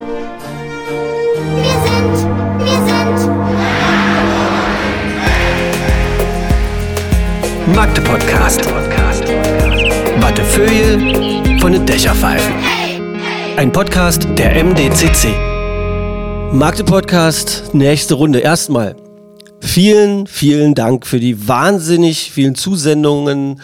Magde Podcast. Wattefeuille von den Dächerpfeifen. Ein Podcast der MDCC. Magde Podcast, nächste Runde. Erstmal vielen Dank für die wahnsinnig vielen Zusendungen,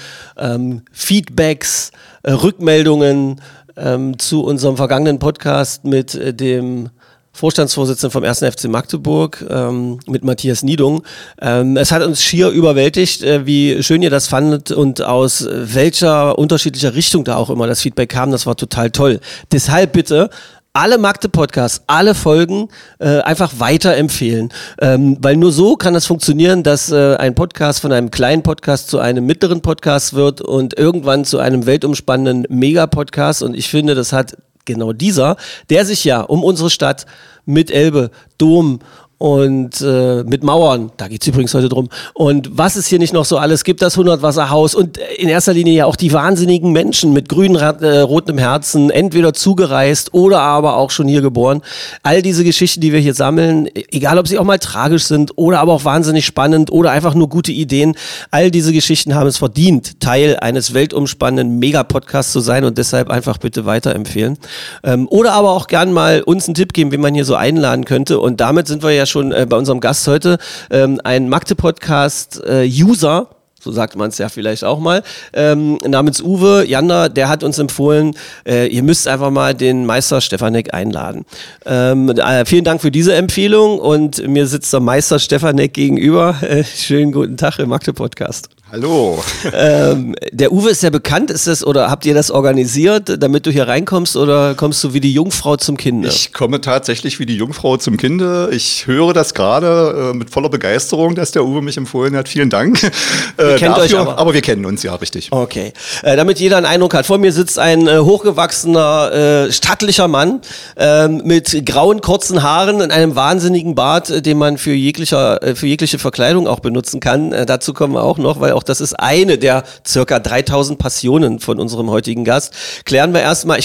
Feedbacks, Rückmeldungen zu unserem vergangenen Podcast mit dem Vorstandsvorsitzenden vom 1. FC Magdeburg, mit Matthias Niedung. Es hat uns schier überwältigt, wie schön ihr das fandet und aus welcher unterschiedlicher Richtung da auch immer das Feedback kam. Das war total toll. Deshalb bitte alle Magde-Podcasts, alle Folgen einfach weiterempfehlen. Weil nur so kann es funktionieren, dass ein Podcast von einem kleinen Podcast zu einem mittleren Podcast wird und irgendwann zu einem weltumspannenden Mega-Podcast. Und ich finde, das hat genau dieser, der sich ja um unsere Stadt mit Elbe, Dom und mit Mauern, da geht's übrigens heute drum, und was es hier nicht noch so alles gibt, das 100-Wasserhaus und in erster Linie ja auch die wahnsinnigen Menschen mit grün-rotem Herzen, entweder zugereist oder aber auch schon hier geboren. All diese Geschichten, die wir hier sammeln, egal ob sie auch mal tragisch sind oder aber auch wahnsinnig spannend oder einfach nur gute Ideen, all diese Geschichten haben es verdient, Teil eines weltumspannenden Mega-Podcasts zu sein, und deshalb einfach bitte weiterempfehlen. Oder aber auch gern mal uns einen Tipp geben, wie man hier so einladen könnte, und damit sind wir ja schon bei unserem Gast heute, ein Magde-Podcast-User, so sagt man es ja vielleicht auch mal, namens Uwe Jander, der hat uns empfohlen, ihr müsst einfach mal den Meister Stefanek einladen. Vielen Dank für diese Empfehlung, und mir sitzt der Meister Stefanek gegenüber. Schönen guten Tag im Magde-Podcast. Hallo. Der Uwe ist ja bekannt, ist das, oder habt ihr das organisiert, damit du hier reinkommst, oder kommst du wie die Jungfrau zum Kinde? Ich komme tatsächlich wie die Jungfrau zum Kinde. Ich höre das gerade mit voller Begeisterung, dass der Uwe mich empfohlen hat. Vielen Dank. Ihr kennt euch aber wir kennen uns, ja, richtig. Okay. Damit jeder einen Eindruck hat. Vor mir sitzt ein hochgewachsener, stattlicher Mann mit grauen, kurzen Haaren und einem wahnsinnigen Bart, den man für jegliche Verkleidung auch benutzen kann. Dazu kommen wir auch noch, weil auch das ist eine der circa 3000 Passionen von unserem heutigen Gast. Klären wir erstmal,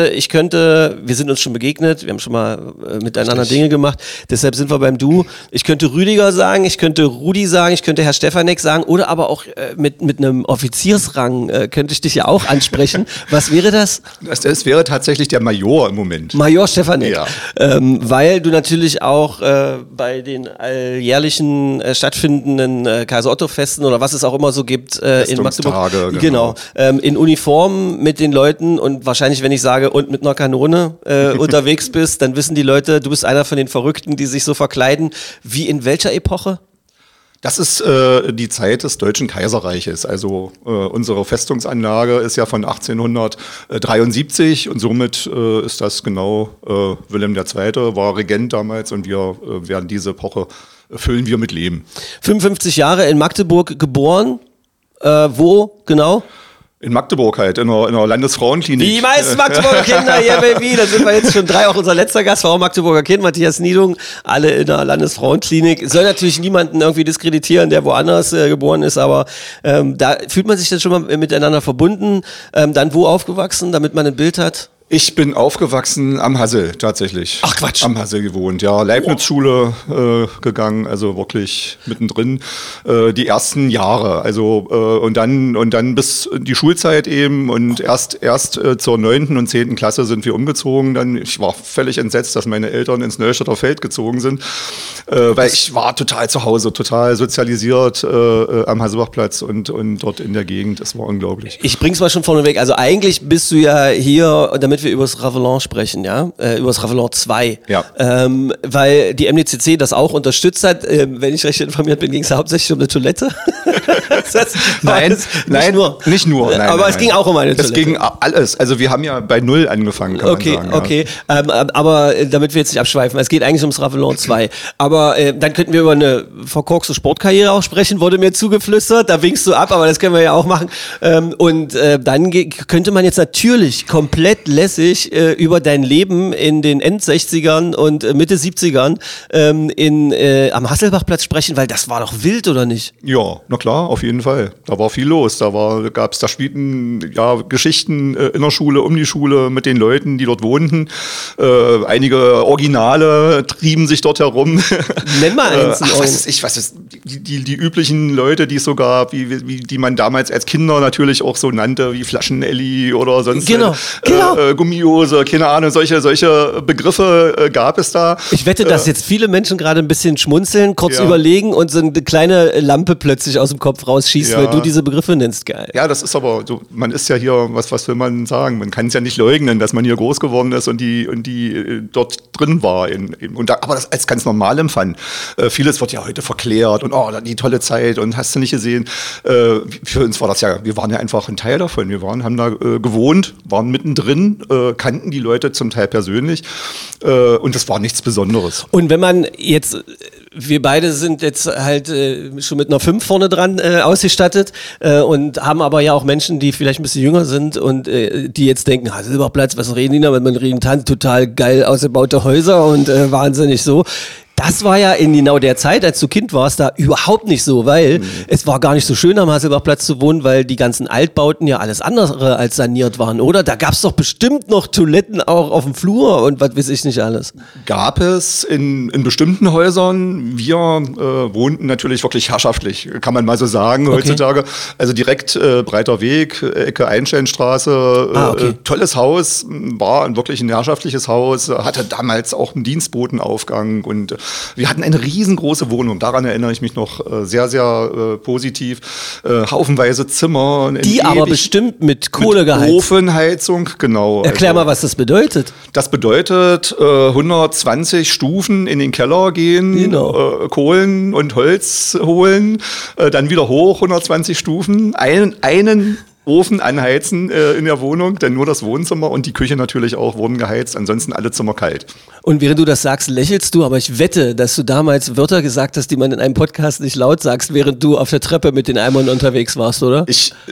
wir sind uns schon begegnet, wir haben schon mal miteinander Dinge gemacht, deshalb sind wir beim Du. Ich könnte Rüdiger sagen, ich könnte Rudi sagen, ich könnte Herr Stefanek sagen, oder aber auch mit einem Offiziersrang könnte ich dich ja auch ansprechen. Was wäre das? Das wäre tatsächlich der Major im Moment. Major Stefanek. Ja. Weil du natürlich auch bei den alljährlichen stattfindenden Kaiser-Otto-Festen oder was es auch immer so gibt in Magdeburg, genau. In Uniform mit den Leuten, und wahrscheinlich, wenn ich sage, und mit einer Kanone unterwegs bist, dann wissen die Leute, du bist einer von den Verrückten, die sich so verkleiden. Wie in welcher Epoche? Das ist die Zeit des Deutschen Kaiserreiches. Also unsere Festungsanlage ist ja von 1873 und somit ist das genau Wilhelm II. War Regent damals, und wir werden diese Epoche füllen wir mit Leben. 55 Jahre in Magdeburg geboren. Wo genau? In Magdeburg halt, in einer Landesfrauenklinik. Die meisten Magdeburger Kinder, yeah baby, da sind wir jetzt schon auch unser letzter Gast war auch Magdeburger Kind, Matthias Niedung, alle in der Landesfrauenklinik. Soll natürlich niemanden irgendwie diskreditieren, der woanders geboren ist, aber da fühlt man sich dann schon mal miteinander verbunden. Dann wo aufgewachsen, damit man ein Bild hat? Ich bin aufgewachsen am Hassel, tatsächlich. Ach Quatsch. Am Hassel gewohnt, ja. Leibniz-Schule gegangen, also wirklich mittendrin. Die ersten Jahre, also und dann bis die Schulzeit eben, und erst zur 9. und 10. Klasse sind wir umgezogen. Ich war völlig entsetzt, dass meine Eltern ins Neustädter Feld gezogen sind, weil ich war total zu Hause, total sozialisiert am Hasselbachplatz und dort in der Gegend. Das war unglaublich. Ich bring's mal schon vorneweg. Also eigentlich bist du ja hier, damit wir über das Ravelin sprechen, ja, über das Ravelin 2, ja. Weil die MDCC das auch unterstützt hat. Wenn ich recht informiert bin, ging es hauptsächlich um eine Toilette. Nicht nur. Aber es ging auch um eine Toilette. Es ging alles. Also wir haben ja bei Null angefangen, kann man sagen. Okay. Aber damit wir jetzt nicht abschweifen, es geht eigentlich ums Ravelin 2. Aber dann könnten wir über eine verkorkste Sportkarriere auch sprechen, wurde mir zugeflüstert. Da winkst du ab, aber das können wir ja auch machen. Und dann könnte man jetzt natürlich komplett lässig regelmäßig über dein Leben in den End-60ern und Mitte 70ern am Hasselbachplatz sprechen, weil das war doch wild, oder nicht? Ja, na klar, auf jeden Fall. Da war viel los. Da spielten Geschichten in der Schule, um die Schule mit den Leuten, die dort wohnten. Einige Originale trieben sich dort herum. Nenn mal eins. Die üblichen Leute, die es so gab, die man damals als Kinder natürlich auch so nannte, wie Flaschen-Elli oder sonst genau. Gummihose, keine Ahnung, solche Begriffe gab es da. Ich wette, dass jetzt viele Menschen gerade ein bisschen schmunzeln, kurz überlegen und so eine kleine Lampe plötzlich aus dem Kopf rausschießt, weil du diese Begriffe nennst. Geil. Ja, das ist aber so, man ist ja hier, was will man sagen? Man kann es ja nicht leugnen, dass man hier groß geworden ist und die dort drin war. Aber das als ganz normal empfand. Vieles wird ja heute verklärt und die tolle Zeit und hast du nicht gesehen. Für uns war das ja, wir waren ja einfach ein Teil davon. Wir haben da gewohnt, waren mittendrin, kannten die Leute zum Teil persönlich und das war nichts Besonderes. Und wenn man jetzt, wir beide sind jetzt halt schon mit einer 5 vorne dran ausgestattet und haben aber ja auch Menschen, die vielleicht ein bisschen jünger sind und die jetzt denken, Silberplatz, was reden die da? Wenn man reden kann, total geil ausgebaute Häuser und wahnsinnig so. Das war ja in genau der Zeit, als du Kind warst, da überhaupt nicht so, weil es war gar nicht so schön am Hasselbachplatz zu wohnen, weil die ganzen Altbauten ja alles andere als saniert waren, oder? Da gab es doch bestimmt noch Toiletten auch auf dem Flur und was weiß ich nicht alles. Gab es in bestimmten Häusern. Wir wohnten natürlich wirklich herrschaftlich, kann man mal so sagen heutzutage. Also direkt Breiter Weg, Ecke Einsteinstraße, tolles Haus, war wirklich ein herrschaftliches Haus, hatte damals auch einen Dienstbotenaufgang und wir hatten eine riesengroße Wohnung, daran erinnere ich mich noch sehr, sehr positiv. Haufenweise Zimmer. Die aber bestimmt mit Kohle geheizt. Ofenheizung, genau. Erklär mal, was das bedeutet. Das bedeutet 120 Stufen in den Keller gehen, Kohlen und Holz holen, dann wieder hoch 120 Stufen, einen Ofen anheizen in der Wohnung, denn nur das Wohnzimmer und die Küche natürlich auch wurden geheizt, ansonsten alle Zimmer kalt. Und während du das sagst, lächelst du, aber ich wette, dass du damals Wörter gesagt hast, die man in einem Podcast nicht laut sagst, während du auf der Treppe mit den Eimern unterwegs warst, oder?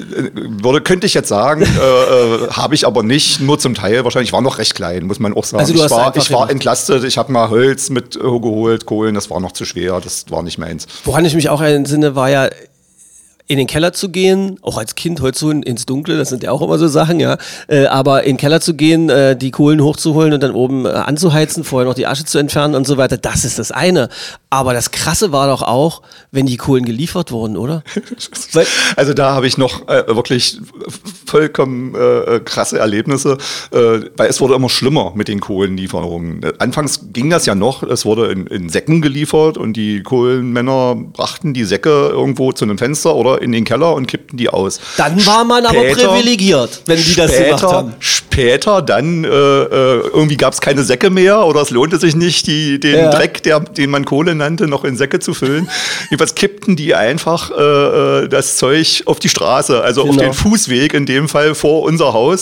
Könnte ich jetzt sagen, habe ich aber nicht, nur zum Teil wahrscheinlich. Ich war noch recht klein, muss man auch sagen. Also ich war entlastet, ich habe mal Holz mit geholt, Kohlen, das war noch zu schwer, das war nicht meins. Woran ich mich auch entsinne, war ja, in den Keller zu gehen, auch als Kind heute so ins Dunkle, das sind ja auch immer so Sachen, ja. Aber in den Keller zu gehen, die Kohlen hochzuholen und dann oben anzuheizen, vorher noch die Asche zu entfernen und so weiter, das ist das eine. Aber das Krasse war doch auch, wenn die Kohlen geliefert wurden, oder? Also da habe ich noch wirklich vollkommen krasse Erlebnisse, weil es wurde immer schlimmer mit den Kohlenlieferungen. Anfangs ging das ja noch, es wurde in Säcken geliefert und die Kohlenmänner brachten die Säcke irgendwo zu einem Fenster oder in den Keller und kippten die aus. Dann war man aber privilegiert, wenn die das gemacht haben. Später dann irgendwie gab es keine Säcke mehr oder es lohnte sich nicht, den Dreck, den man Kohle nannte, noch in Säcke zu füllen. Jedenfalls kippten die einfach das Zeug auf die Straße, also auf den Fußweg, in dem Fall vor unser Haus.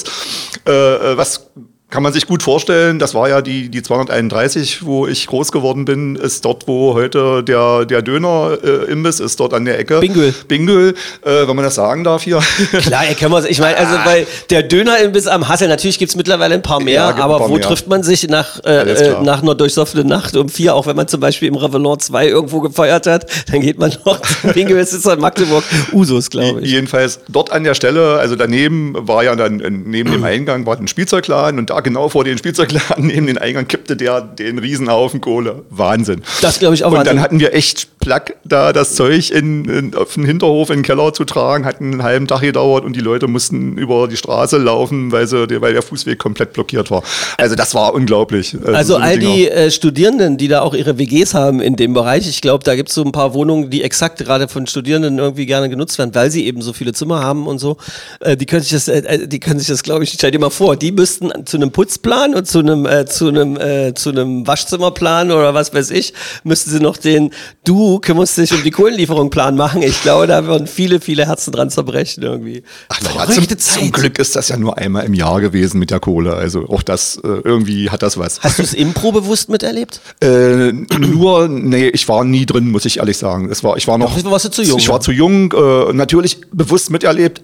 Was kann man sich gut vorstellen, das war ja die 231, wo ich groß geworden bin, ist dort, wo heute der Döner-Imbiss ist, dort an der Ecke. Bingöl, wenn man das sagen darf hier. Klar, erkennen wir es. Ich meine, also weil der Döner-Imbiss am Hassel, natürlich gibt es mittlerweile ein paar mehr, aber wo trifft man sich nach einer durchsoffenen Nacht um 4, auch wenn man zum Beispiel im Revellon 2 irgendwo gefeiert hat, dann geht man noch zum Bingöl, es ist in Magdeburg Usus, glaube ich. Jedenfalls dort an der Stelle, also daneben war ja dann, neben dem Eingang war ein Spielzeugladen und da genau vor den Spielzeugladen neben den Eingang kippte der den Riesenhaufen Kohle. Wahnsinn. Das glaube ich auch. Und dann hatten wir echt Plack, da das Zeug auf den Hinterhof in den Keller zu tragen, hat einen halben Tag gedauert und die Leute mussten über die Straße laufen, weil der Fußweg komplett blockiert war. Also das war unglaublich. Also all die Studierenden, die da auch ihre WGs haben in dem Bereich, ich glaube, da gibt es so ein paar Wohnungen, die exakt gerade von Studierenden irgendwie gerne genutzt werden, weil sie eben so viele Zimmer haben und so. Die können sich das, glaube ich, stell dir mal vor, die müssten zu einem Putzplan und zu einem Waschzimmerplan oder was weiß ich, müssten sie noch du kümmerst dich um die Kohlenlieferung Plan machen. Ich glaube, da würden viele, viele Herzen dran zerbrechen irgendwie. Ach naja, zum Glück ist das ja nur einmal im Jahr gewesen mit der Kohle. Also auch das, irgendwie hat das was. Hast du es Impro bewusst miterlebt? Nee, ich war nie drin, muss ich ehrlich sagen. Warst du zu jung? Ich war zu jung, natürlich bewusst miterlebt. Es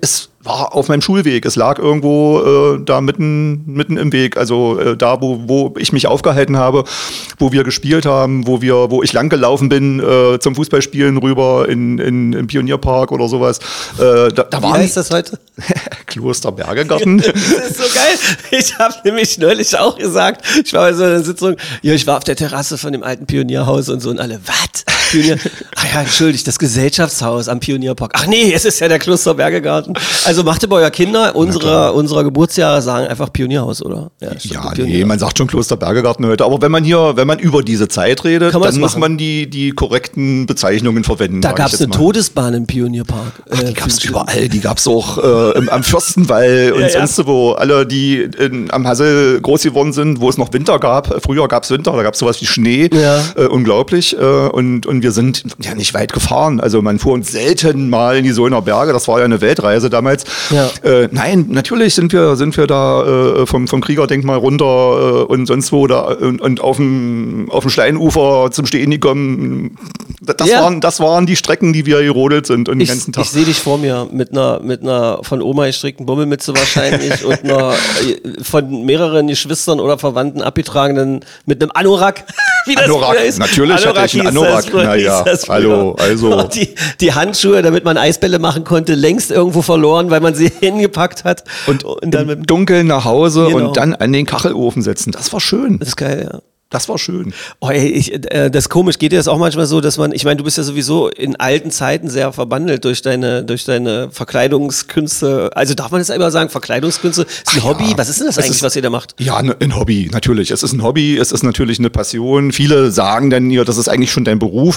war auf meinem Schulweg. Es lag irgendwo da mitten im Weg, also da, wo ich mich aufgehalten habe, wo wir gespielt haben, wo ich lang gelaufen bin zum Fußballspielen rüber im Pionierpark oder sowas. Wie heißt das heute? Kloster Bergegarten. Das ist so geil. Ich habe nämlich neulich auch gesagt, ich war bei so einer Sitzung, ja, ich war auf der Terrasse von dem alten Pionierhaus und so und alle, was? Pionier? Ach ja, entschuldigt, das Gesellschaftshaus am Pionierpark. Ach nee, es ist ja der Kloster Bergegarten. Also Magdeburger Kinder unserer Geburtsjahre sagen einfach Pionierhaus, oder? Ja, nee, man sagt schon Kloster Bergegarten heute. Aber wenn man über diese Zeit redet, dann muss man die korrekten Bezeichnungen verwenden. Da gab es eine Todesbahn im Pionierpark. Die gab es überall. Die gab es auch am Fürstenwall und sonst wo. Alle, die am Hassel groß geworden sind, wo es noch Winter gab. Früher gab es Winter, da gab es sowas wie Schnee. Ja. Unglaublich. Und wir sind ja nicht weit gefahren. Also man fuhr uns selten mal in die Solner Berge. Das war ja eine Weltreise damals. Ja. Nein, natürlich sind wir da vom Kriegerdenkmal runter und sonst wo da und auf dem Steinufer zum Stehen gekommen. Das waren die Strecken, die wir gerodelt sind den ganzen Tag. Ich sehe dich vor mir mit einer von Oma gestrickten Bummelmütze wahrscheinlich und einer von mehreren Geschwistern oder Verwandten abgetragenen mit einem Anorak. Wie das Anorak, ist. Natürlich hatte ich einen Anorak. Naja, hallo, also. Die Handschuhe, damit man Eisbälle machen konnte, längst irgendwo verloren, weil man sie hingepackt hat. Und dann mit Dunkeln nach Hause und dann an den Kachelofen setzen. Das war schön. Das ist geil, ja. Das war schön. Oh, ey, das ist komisch. Geht dir das auch manchmal so, dass ich meine, du bist ja sowieso in alten Zeiten sehr verbandelt durch deine Verkleidungskünste. Also darf man das immer sagen, Verkleidungskünste? Ist ein Hobby? Ja. Was ist denn das eigentlich, was ihr da macht? Ja, ein Hobby, natürlich. Es ist ein Hobby, es ist natürlich eine Passion. Viele sagen dann, ja, das ist eigentlich schon dein Beruf,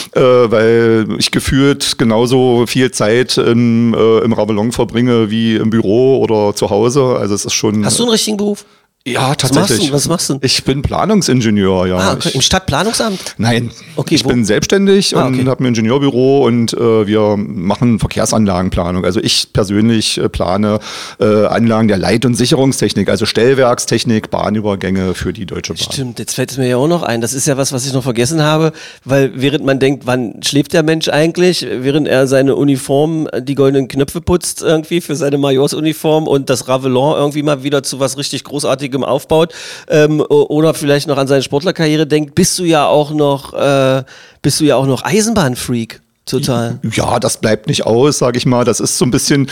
weil ich gefühlt genauso viel Zeit im Ravelon verbringe wie im Büro oder zu Hause. Also es ist schon. Hast du einen richtigen Beruf? Ja, tatsächlich. Was machst du? Ich bin Planungsingenieur, ja. Ah, okay. Im Stadtplanungsamt? Nein. Okay, ich bin selbstständig und habe ein Ingenieurbüro und wir machen Verkehrsanlagenplanung. Also ich persönlich plane Anlagen der Leit- und Sicherungstechnik, also Stellwerkstechnik, Bahnübergänge für die Deutsche Bahn. Stimmt, jetzt fällt es mir ja auch noch ein. Das ist ja was ich noch vergessen habe, weil während man denkt, wann schläft der Mensch eigentlich, während er seine Uniform, die goldenen Knöpfe putzt irgendwie für seine Majorsuniform und das Ravelon irgendwie mal wieder zu was richtig Großartigem aufbaut oder vielleicht noch an seine Sportlerkarriere denkt, bist du ja auch noch Eisenbahnfreak. Total. Ja, das bleibt nicht aus, sage ich mal. Das ist so ein bisschen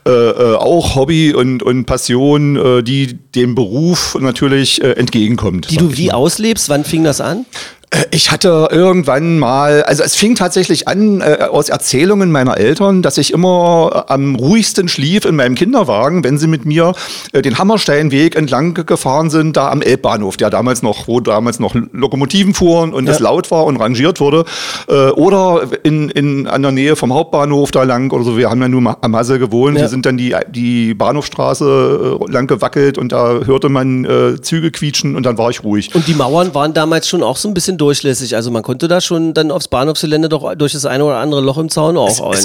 auch Hobby und Passion, die dem Beruf natürlich entgegenkommt. Die du wie auslebst? Wann fing das an? Ich hatte irgendwann mal, also es fing tatsächlich an aus Erzählungen meiner Eltern, dass ich immer am ruhigsten schlief in meinem Kinderwagen, wenn sie mit mir den Hammersteinweg entlang gefahren sind, da am Elbbahnhof, wo damals noch Lokomotiven fuhren und es laut war und rangiert wurde. Oder an der Nähe vom Hauptbahnhof da lang oder so. Wir haben ja nur am Hassel gewohnt. Wir sind dann die Bahnhofstraße lang gewackelt und da hörte man Züge quietschen und dann war ich ruhig. Und die Mauern waren damals schon auch so ein bisschen durchlässig. Also man konnte da schon dann aufs Bahnhofsgelände doch durch das eine oder andere Loch im Zaun auch rein.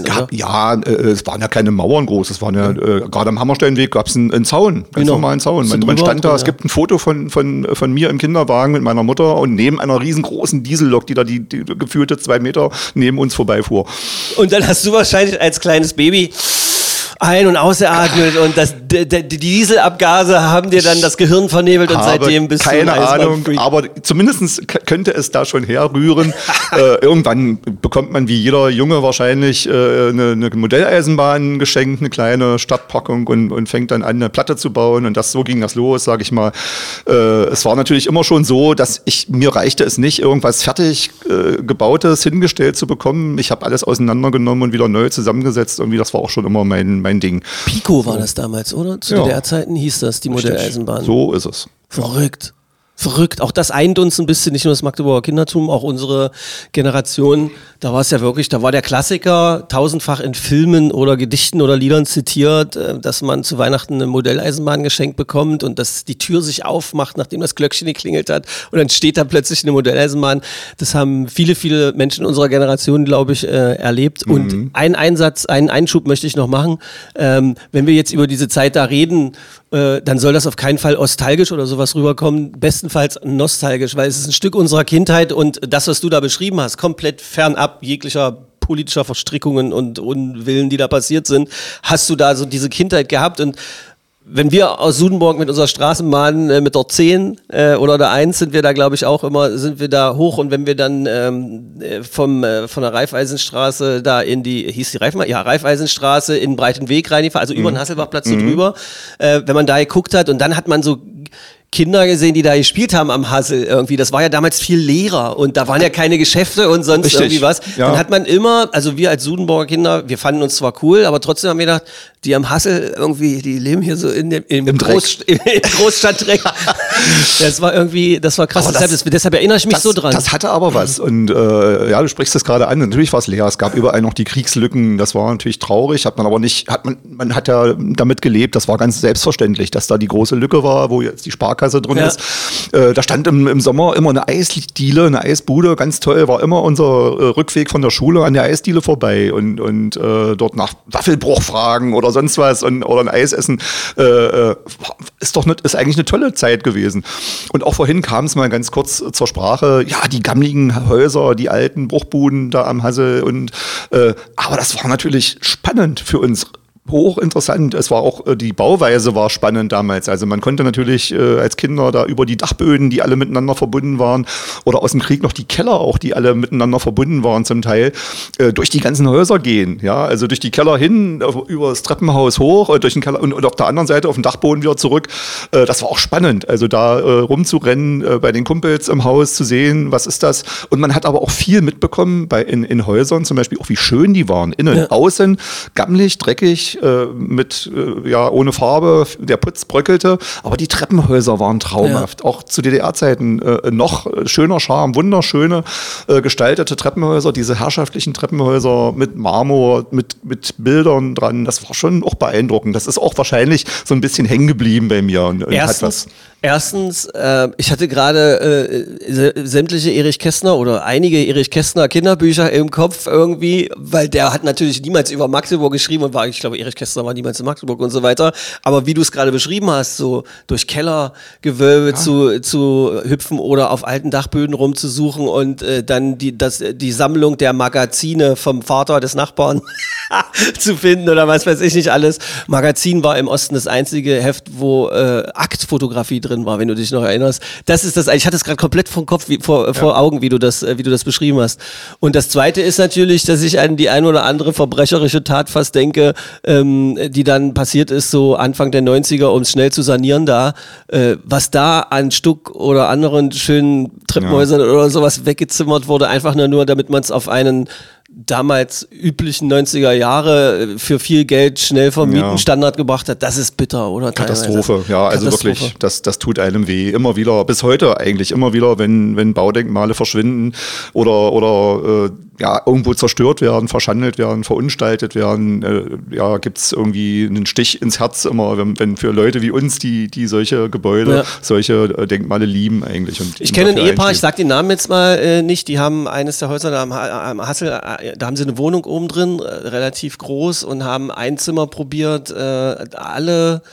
Es waren ja keine Mauern groß. Es waren ja gerade am Hammersteinweg gab es einen Zaun, ganz normalen Zaun. Man stand da. Es gibt ein Foto von mir im Kinderwagen mit meiner Mutter und neben einer riesengroßen Diesellok, die da die gefühlte 2 Meter neben uns vorbeifuhr. Und dann hast du wahrscheinlich als kleines Baby ein- und ausgeatmet und die Dieselabgase haben dir dann das Gehirn vernebelt und seitdem bist du keine Ahnung, aber zumindest könnte es da schon herrühren. Irgendwann bekommt man wie jeder Junge wahrscheinlich eine Modelleisenbahn geschenkt, eine kleine Stadtpackung und fängt dann an, eine Platte zu bauen und so ging das los, sage ich mal. Es war natürlich immer schon so, dass mir reichte es nicht, irgendwas fertig gebautes hingestellt zu bekommen. Ich habe alles auseinandergenommen und wieder neu zusammengesetzt und das war auch schon immer mein Ding. Pico war das damals, oder? Zu DDR-Zeiten hieß das, die Modelleisenbahn. So ist es. Verrückt. Auch das eint uns ein bisschen, nicht nur das Magdeburger Kindertum, auch unsere Generation. Da war es ja wirklich, da war der Klassiker tausendfach in Filmen oder Gedichten oder Liedern zitiert, dass man zu Weihnachten eine Modelleisenbahn geschenkt bekommt und dass die Tür sich aufmacht, nachdem das Glöckchen geklingelt hat und dann steht da plötzlich eine Modelleisenbahn. Das haben viele, viele Menschen unserer Generation, glaube ich, erlebt. Und einen Einschub möchte ich noch machen. Wenn wir jetzt über diese Zeit da reden, dann soll das auf keinen Fall nostalgisch oder sowas rüberkommen, bestenfalls nostalgisch, weil es ist ein Stück unserer Kindheit und das, was du da beschrieben hast, komplett fernab jeglicher politischer Verstrickungen und Unwillen, die da passiert sind, hast du da so diese Kindheit gehabt. Und wenn wir aus Sudenburg mit unserer Straßenbahn mit der 10 oder der 1 sind wir da, glaube ich, auch immer, sind wir da hoch. Und wenn wir dann von der Raiffeisenstraße da in die, hieß die Raiffeisenstraße in Breitenweg reingefahren, also über den Hasselbachplatz so drüber, wenn man da geguckt hat und dann hat man so Kinder gesehen, die da gespielt haben am Hassel irgendwie. Das war ja damals viel leerer und da waren ja keine Geschäfte und sonst Richtig. irgendwie was. Ja. Dann hat man immer, also wir als Sudenburger Kinder, wir fanden uns zwar cool, aber trotzdem haben wir gedacht, die am Hassel irgendwie, die leben hier so im Großstadtdreck. Das war krass. Deshalb erinnere ich mich so dran. Das hatte aber was. Und du sprichst das gerade an. Natürlich war es leer. Es gab überall noch die Kriegslücken. Das war natürlich traurig. Man hat ja damit gelebt. Das war ganz selbstverständlich, dass da die große Lücke war, wo jetzt die Sparkasse drin ist. Da stand im Sommer immer eine Eisdiele, eine Eisbude. Ganz toll. War immer unser Rückweg von der Schule an der Eisdiele vorbei und dort nach Waffelbruch fragen oder sonst was oder ein Eis essen. Ist eigentlich eine tolle Zeit gewesen. Und auch vorhin kam es mal ganz kurz zur Sprache, ja, die gammligen Häuser, die alten Bruchbuden da am Hassel aber das war natürlich spannend für uns. Hochinteressant. Es war auch, die Bauweise war spannend damals. Also man konnte natürlich als Kinder da über die Dachböden, die alle miteinander verbunden waren, oder aus dem Krieg noch die Keller auch, die alle miteinander verbunden waren zum Teil, durch die ganzen Häuser gehen. Ja, also durch die Keller hin, über das Treppenhaus hoch, durch den Keller und auf der anderen Seite auf den Dachboden wieder zurück. Das war auch spannend. Also da rumzurennen, bei den Kumpels im Haus zu sehen, was ist das? Und man hat aber auch viel mitbekommen in Häusern, zum Beispiel auch wie schön die waren. Innen, außen, gammelig, dreckig, ohne Farbe, der Putz bröckelte, aber die Treppenhäuser waren traumhaft. Auch zu DDR-Zeiten noch schöner Charme, wunderschöne gestaltete Treppenhäuser, diese herrschaftlichen Treppenhäuser mit Marmor, mit Bildern dran, das war schon auch beeindruckend. Das ist auch wahrscheinlich so ein bisschen hängen geblieben bei mir. Und Erstens, ich hatte gerade sämtliche Erich Kästner oder einige Erich Kästner Kinderbücher im Kopf irgendwie, weil der hat natürlich niemals über Magdeburg geschrieben und ich glaube, Erich Kästner war niemals in Magdeburg und so weiter. Aber wie du es gerade beschrieben hast, so durch Kellergewölbe zu hüpfen oder auf alten Dachböden rumzusuchen und dann die Sammlung der Magazine vom Vater des Nachbarn zu finden oder was weiß ich nicht alles. Magazin war im Osten das einzige Heft, wo Aktfotografie drin war, wenn du dich noch erinnerst. Das ist das, ich hatte es gerade komplett vom Kopf vor Augen, wie du das beschrieben hast. Und das Zweite ist natürlich, dass ich an die ein oder andere verbrecherische Tat fast denke, die dann passiert ist, so Anfang der 90er, um es schnell zu sanieren da, was da an Stuck oder anderen schönen Treppenhäusern oder sowas weggezimmert wurde, einfach nur damit man es auf einen damals üblichen 90er Jahre für viel Geld schnell vom Mietenstandard gebracht hat, das ist bitter, oder? Katastrophe, also wirklich, das tut einem weh, immer wieder, bis heute eigentlich, immer wieder, wenn Baudenkmale verschwinden oder irgendwo zerstört werden, verschandelt werden, verunstaltet werden, gibt es irgendwie einen Stich ins Herz immer, wenn für Leute wie uns, die solche Gebäude, solche Denkmale lieben eigentlich. Und ich kenne ein Ehepaar, ich sag den Namen jetzt mal nicht, die haben eines der Häuser da am Hassel, da haben sie eine Wohnung oben drin, relativ groß, und haben ein Zimmer probiert, alle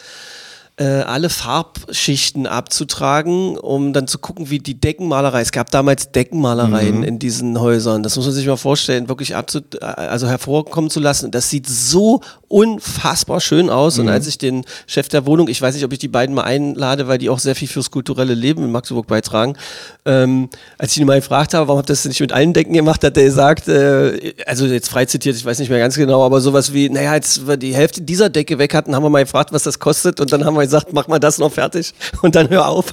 Farbschichten abzutragen, um dann zu gucken, wie die Deckenmalerei, es gab damals Deckenmalereien in diesen Häusern, das muss man sich mal vorstellen, wirklich hervorkommen zu lassen. Das sieht so unfassbar schön aus. Und als ich den Chef der Wohnung, ich weiß nicht, ob ich die beiden mal einlade, weil die auch sehr viel fürs kulturelle Leben in Magdeburg beitragen, als ich ihn mal gefragt habe, warum habt ihr das nicht mit allen Decken gemacht, hat er gesagt, also jetzt frei zitiert, ich weiß nicht mehr ganz genau, aber sowas wie, als wir die Hälfte dieser Decke weg hatten, haben wir mal gefragt, was das kostet, und dann haben wir gesagt, mach mal das noch fertig und dann hör auf.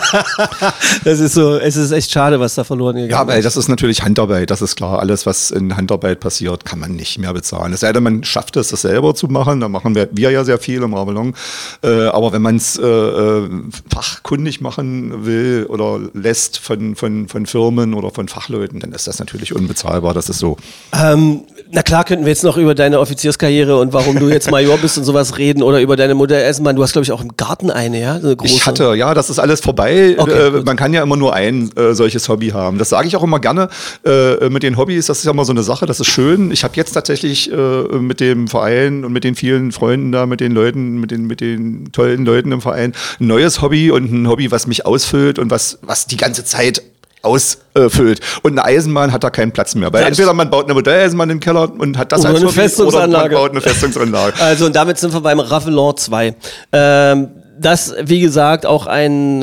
Das ist so, es ist echt schade, was da verloren gegangen ist. Ja, weil das ist natürlich Handarbeit, das ist klar. Alles, was in Handarbeit passiert, kann man nicht mehr bezahlen. Es sei denn, man schafft es, das selber zu machen, da machen wir ja sehr viel im Ravelon. Aber wenn man es fachkundig machen will oder lässt von Firmen oder von Fachleuten, dann ist das natürlich unbezahlbar, das ist so. Na klar, könnten wir jetzt noch über deine Offizierskarriere und warum du jetzt Major bist und sowas reden oder über deine Modelleisenbahn. Du hast, glaube ich, auch im Garten eine, so eine große. Ich hatte, das ist alles vorbei. Okay, man kann ja immer nur ein solches Hobby haben. Das sage ich auch immer gerne mit den Hobbys. Das ist ja immer so eine Sache, das ist schön. Ich habe jetzt tatsächlich mit dem Verein und mit den vielen Freunden da, mit den Leuten, mit den tollen Leuten im Verein, ein neues Hobby und ein Hobby, was mich ausfüllt und was die ganze Zeit ausfüllt. Und eine Eisenbahn hat da keinen Platz mehr. Weil entweder man baut eine Modelleisenbahn im Keller und hat das oder als eine Festungsanlage. Oder man baut eine Festungsanlage. Also und damit sind wir beim Ravelin 2. Das, wie gesagt, auch ein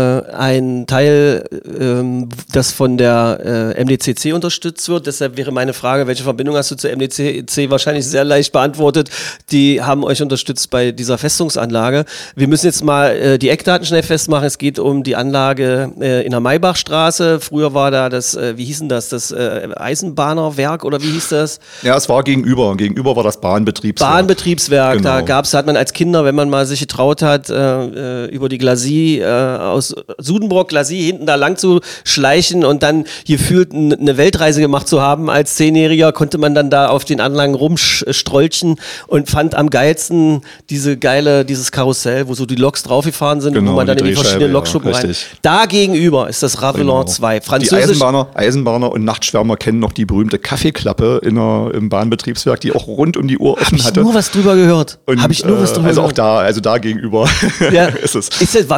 Teil, das von der MDCC unterstützt wird. Deshalb wäre meine Frage, welche Verbindung hast du zur MDCC? Wahrscheinlich sehr leicht beantwortet. Die haben euch unterstützt bei dieser Festungsanlage. Wir müssen jetzt mal die Eckdaten schnell festmachen. Es geht um die Anlage in der Maybachstraße. Früher war da das, wie hieß denn das? Das Eisenbahnerwerk oder wie hieß das? Ja, es war gegenüber. Gegenüber war das Bahnbetriebswerk. Bahnbetriebswerk. Genau. Da hat man als Kinder, wenn man mal sich getraut hat, über die Glacis aus Sudenburg, Glacis hinten da lang zu schleichen und dann gefühlt eine Weltreise gemacht zu haben als 10-Jähriger, konnte man dann da auf den Anlagen rumstrolchen und fand am geilsten dieses Karussell, wo so die Loks draufgefahren sind, genau, wo man dann in die verschiedenen Lokschuppen rein. Da gegenüber ist das Ravelin 2. Französisch. Die Eisenbahner und Nachtschwärmer kennen noch die berühmte Kaffeeklappe im Bahnbetriebswerk, die auch rund um die Uhr offen hatte. Habe ich nur was drüber gehört. Auch da gegenüber. Ja. Ist es.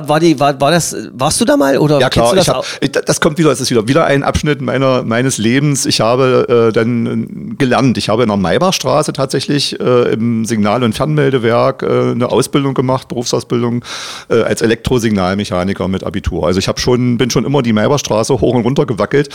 Warst du da mal? Oder ja klar, das kommt wieder, es ist wieder ein Abschnitt meines Lebens. Ich habe dann gelernt, ich habe in der Maybachstraße tatsächlich im Signal- und Fernmeldewerk eine Ausbildung gemacht, Berufsausbildung als Elektrosignalmechaniker mit Abitur. Also ich bin schon immer die Maybachstraße hoch und runter gewackelt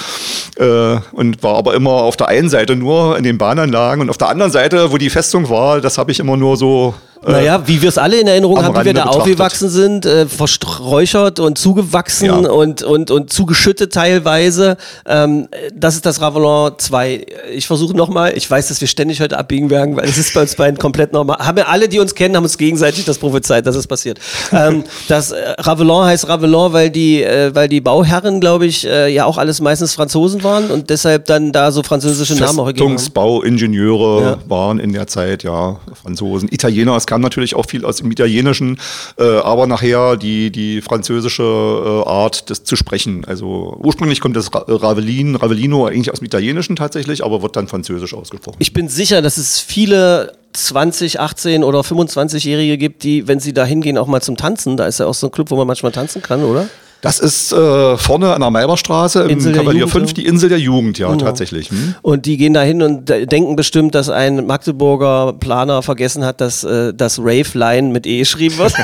und war aber immer auf der einen Seite nur in den Bahnanlagen und auf der anderen Seite, wo die Festung war, das habe ich immer nur so wie wir es alle in Erinnerung haben, wie wir da aufgewachsen sind, versträuchert und zugewachsen und zugeschüttet teilweise. Das ist das Ravelin 2. Ich versuche nochmal, ich weiß, dass wir ständig heute abbiegen werden, weil es ist bei uns beiden komplett normal. Haben wir alle, die uns kennen, haben uns gegenseitig das prophezeit, dass es passiert. Das Ravelin heißt Ravelin, weil die Bauherren, glaube ich, ja auch alles meistens Franzosen waren und deshalb dann da so französische Namen auch gegeben haben. Festungsbauingenieure waren in der Zeit, ja, Franzosen, Italiener, es kam natürlich auch viel aus dem Italienischen, aber nachher die französische Art, das zu sprechen. Also ursprünglich kommt das Ravelino eigentlich aus dem Italienischen tatsächlich, aber wird dann französisch ausgesprochen. Ich bin sicher, dass es viele 20, 18 oder 25-Jährige gibt, die, wenn sie da hingehen, auch mal zum Tanzen, da ist ja auch so ein Club, wo man manchmal tanzen kann, oder? Das ist vorne an der Maybachstraße im Kavalier 5, die Insel der Jugend, ja, genau. Tatsächlich. Und die gehen da hin und denken bestimmt, dass ein Magdeburger Planer vergessen hat, dass das Rave-Line mit E geschrieben wird.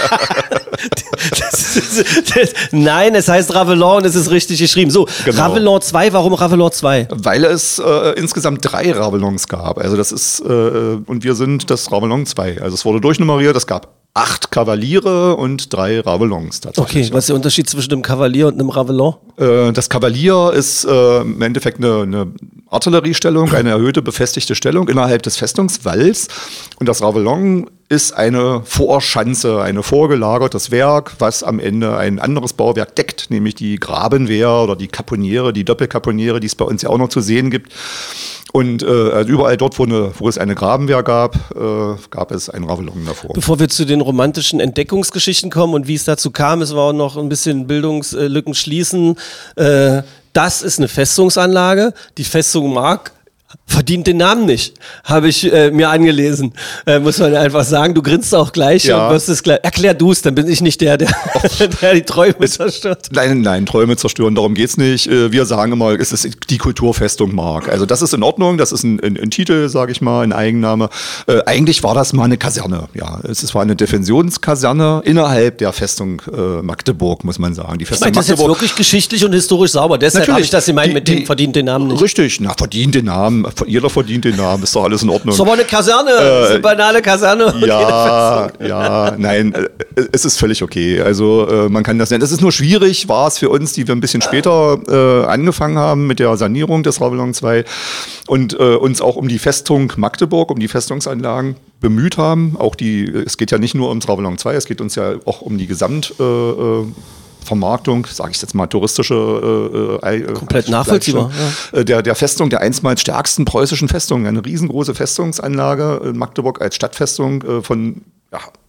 Nein, es heißt Ravelin und es ist richtig geschrieben. So, genau. Ravelin 2, warum Ravelin 2? Weil es insgesamt 3 Ravelins gab. Also das ist, und wir sind das Ravelin 2. Also es wurde durchnummeriert, es gab 8 Kavaliere und 3 Ravelins tatsächlich. Okay, was ist der Unterschied zwischen einem Kavalier und einem Ravelin? Das Kavalier ist im Endeffekt eine Artilleriestellung, eine erhöhte befestigte Stellung innerhalb des Festungswalls. Und das Ravelin ist eine Vorschanze, ein vorgelagertes Werk, was am Ende ein anderes Bauwerk deckt, nämlich die Grabenwehr oder die Kaponiere, die Doppelkaponiere, die es bei uns ja auch noch zu sehen gibt. Und also überall dort, wo es eine Grabenwehr gab, gab es ein Ravelin davor. Bevor wir zu den romantischen Entdeckungsgeschichten kommen und wie es dazu kam, müssen wir auch noch ein bisschen Bildungslücken schließen. Das ist eine Festungsanlage. Die Festung Mark verdient den Namen nicht, habe ich mir angelesen. Muss man einfach sagen, du grinst auch gleich und wirst es gleich. Erklär du es, dann bin ich nicht der die Träume zerstört. Nein, Träume zerstören, darum geht's nicht. Wir sagen immer, es ist die Kulturfestung Mark. Also das ist in Ordnung, das ist ein Titel, sage ich mal, ein Eigenname. Eigentlich war das mal eine Kaserne. Ja, es war eine Defensionskaserne innerhalb der Festung Magdeburg, muss man sagen. Die Festung ich meine, das ist jetzt wirklich geschichtlich und historisch sauber. Deshalb habe ich das gemeint mit dem verdient den Namen nicht. Richtig, verdient den Namen. Jeder verdient den Namen, ist doch alles in Ordnung. Das ist aber eine Kaserne, eine banale Kaserne. Nein, es ist völlig okay. Also man kann das nennen. Es ist nur schwierig, war es für uns, die wir ein bisschen später angefangen haben mit der Sanierung des Ravelin 2 und uns auch um die Festung Magdeburg, um die Festungsanlagen bemüht haben. Es geht ja nicht nur ums Ravelin 2, es geht uns ja auch um die Vermarktung, sage ich jetzt mal, touristische komplett nachvollziehbar. Ja. Der Festung, der einstmals stärksten preußischen Festung, eine riesengroße Festungsanlage in Magdeburg als Stadtfestung von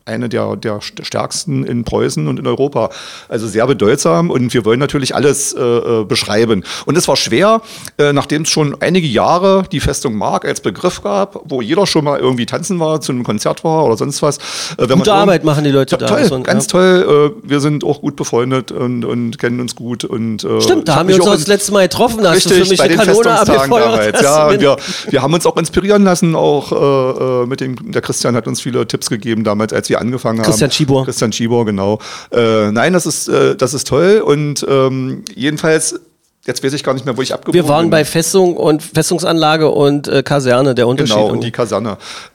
eine der stärksten in Preußen und in Europa. Also sehr bedeutsam und wir wollen natürlich alles beschreiben. Und es war schwer, nachdem es schon einige Jahre die Festung Mark als Begriff gab, wo jeder schon mal irgendwie tanzen war, zu einem Konzert war oder sonst was. Gute Arbeit machen die Leute da. Toll, ganz toll. Wir sind auch gut befreundet und kennen uns gut. Und, stimmt, da haben wir uns auch das letzte Mal getroffen. Da hast du für mich eine Kanone abgefeuert. Ja, und wir haben uns auch inspirieren lassen, auch der Christian hat uns viele Tipps gegeben damals, als wir angefangen haben. Christian Schibor, genau. Nein, das ist toll und jedenfalls, jetzt weiß ich gar nicht mehr, wo ich abgebogen bin. Wir waren bei Festung und Festungsanlage und Kaserne, der Unterschied. Genau, und die Kaserne.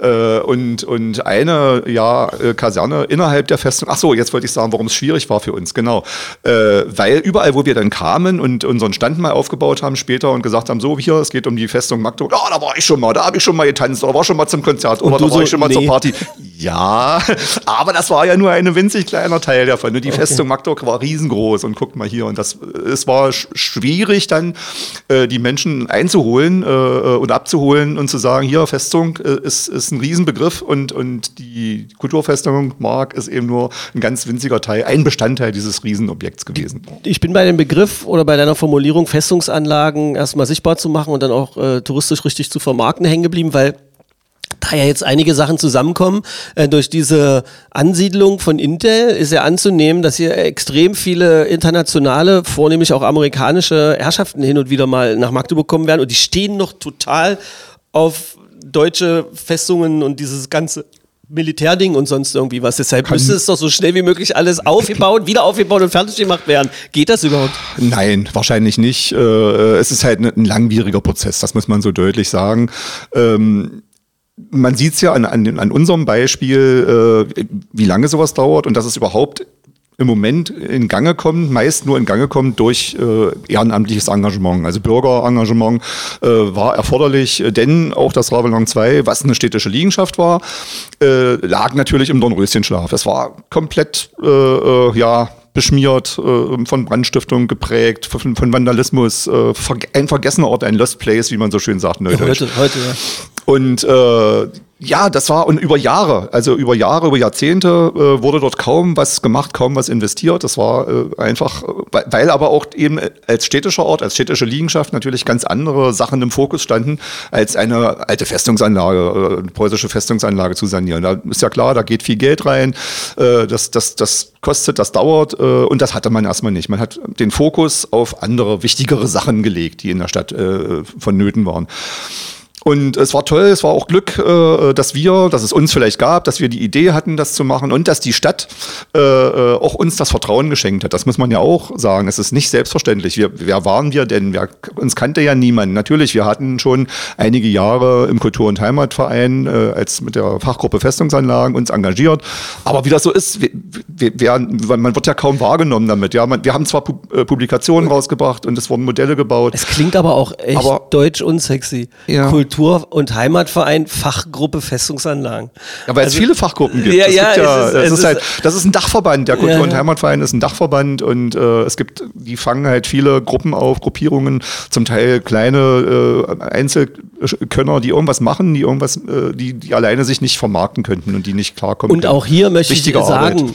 Und eine Kaserne innerhalb der Festung. Ach so, jetzt wollte ich sagen, warum es schwierig war für uns. Genau. Weil überall, wo wir dann kamen und unseren Stand mal aufgebaut haben später und gesagt haben, so, hier, es geht um die Festung Magdeburg. Oh, da war ich schon mal, da habe ich schon mal getanzt oder war schon mal zum Konzert oder da war ich schon mal zur Party. Ja, aber das war ja nur ein winzig kleiner Teil davon. Die Festung Magdeburg war riesengroß und guckt mal hier. Und es war schwierig dann, die Menschen einzuholen und abzuholen und zu sagen, hier, Festung ist ein Riesenbegriff und die Kulturfestung Mark ist eben nur ein ganz winziger Teil, ein Bestandteil dieses Riesenobjekts gewesen. Ich bin bei dem Begriff oder bei deiner Formulierung, Festungsanlagen erstmal sichtbar zu machen und dann auch touristisch richtig zu vermarkten, hängen geblieben, weil da ja jetzt einige Sachen zusammenkommen, durch diese Ansiedlung von Intel ist ja anzunehmen, dass hier extrem viele internationale, vornehmlich auch amerikanische Herrschaften hin und wieder mal nach Magdeburg kommen werden und die stehen noch total auf deutsche Festungen und dieses ganze Militärding und sonst irgendwie was. Deshalb müsste es doch so schnell wie möglich alles wieder aufgebaut und fertig gemacht werden. Geht das überhaupt? Nein, wahrscheinlich nicht. Es ist halt ein langwieriger Prozess, das muss man so deutlich sagen. Man sieht es ja an unserem Beispiel, wie lange sowas dauert und dass es überhaupt im Moment in Gange kommt, meist nur in Gange kommt durch ehrenamtliches Engagement. Also Bürgerengagement war erforderlich, denn auch das Ravelin 2, was eine städtische Liegenschaft war, lag natürlich im Dornröschenschlaf. Es war komplett, beschmiert, von Brandstiftung geprägt, von Vandalismus, ein vergessener Ort, ein Lost Place, wie man so schön sagt, neudeutsch. Heute, ja. Und das war und über Jahrzehnte wurde dort kaum was gemacht, kaum was investiert. Das war einfach, weil aber auch eben als städtischer Ort, als städtische Liegenschaft natürlich ganz andere Sachen im Fokus standen, als eine alte Festungsanlage, eine preußische Festungsanlage zu sanieren. Da ist ja klar, da geht viel Geld rein, das kostet, das dauert und das hatte man erstmal nicht. Man hat den Fokus auf andere, wichtigere Sachen gelegt, die in der Stadt vonnöten waren. Und es war toll, es war auch Glück, dass es uns vielleicht gab, dass wir die Idee hatten, das zu machen und dass die Stadt auch uns das Vertrauen geschenkt hat. Das muss man ja auch sagen. Es ist nicht selbstverständlich. Wer waren wir denn? Uns kannte ja niemand. Natürlich, wir hatten schon einige Jahre im Kultur- und Heimatverein als mit der Fachgruppe Festungsanlagen uns engagiert. Aber wie das so ist, man wird ja kaum wahrgenommen damit. Ja, wir haben zwar Publikationen rausgebracht und es wurden Modelle gebaut. Es klingt aber auch echt deutsch unsexy. Ja. Kultur- und Heimatverein, Fachgruppe Festungsanlagen. Ja, weil es viele Fachgruppen gibt. Das ist ein Dachverband. Der Kultur- und Heimatverein ist ein Dachverband und die fangen halt viele Gruppen auf, Gruppierungen, zum Teil kleine Einzelkönner, die irgendwas machen, die alleine sich nicht vermarkten könnten und die nicht klarkommen. Und auch hier möchte ich sagen,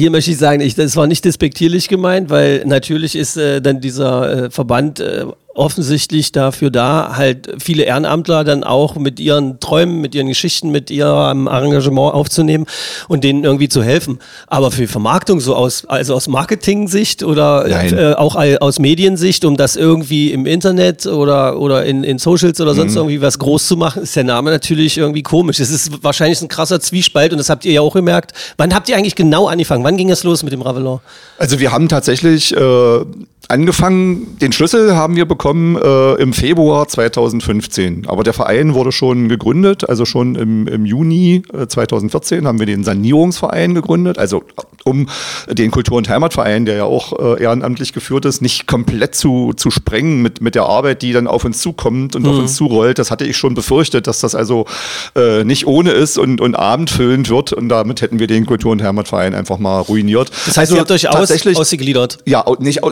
das war nicht despektierlich gemeint, weil natürlich ist dann dieser Verband offensichtlich dafür da, halt viele Ehrenamtler dann auch mit ihren Träumen, mit ihren Geschichten, mit ihrem Engagement aufzunehmen und denen irgendwie zu helfen. Aber für Vermarktung, aus Marketing-Sicht oder auch aus Mediensicht, um das irgendwie im Internet oder in Socials oder sonst irgendwie was groß zu machen, ist der Name natürlich irgendwie komisch. Es ist wahrscheinlich ein krasser Zwiespalt und das habt ihr ja auch gemerkt. Wann habt ihr eigentlich genau angefangen? Wann ging es los mit dem Ravelin? Also wir haben tatsächlich angefangen, den Schlüssel haben wir bekommen im Februar 2015. Aber der Verein wurde schon gegründet, also schon im Juni 2014 haben wir den Sanierungsverein gegründet, also um den Kultur- und Heimatverein, der ja auch ehrenamtlich geführt ist, nicht komplett zu sprengen mit der Arbeit, die dann auf uns zukommt und auf uns zurollt. Das hatte ich schon befürchtet, dass das also nicht ohne ist und abendfüllend wird und damit hätten wir den Kultur- und Heimatverein einfach mal ruiniert. Das heißt, ihr habt euch ausgegliedert? Ja, nicht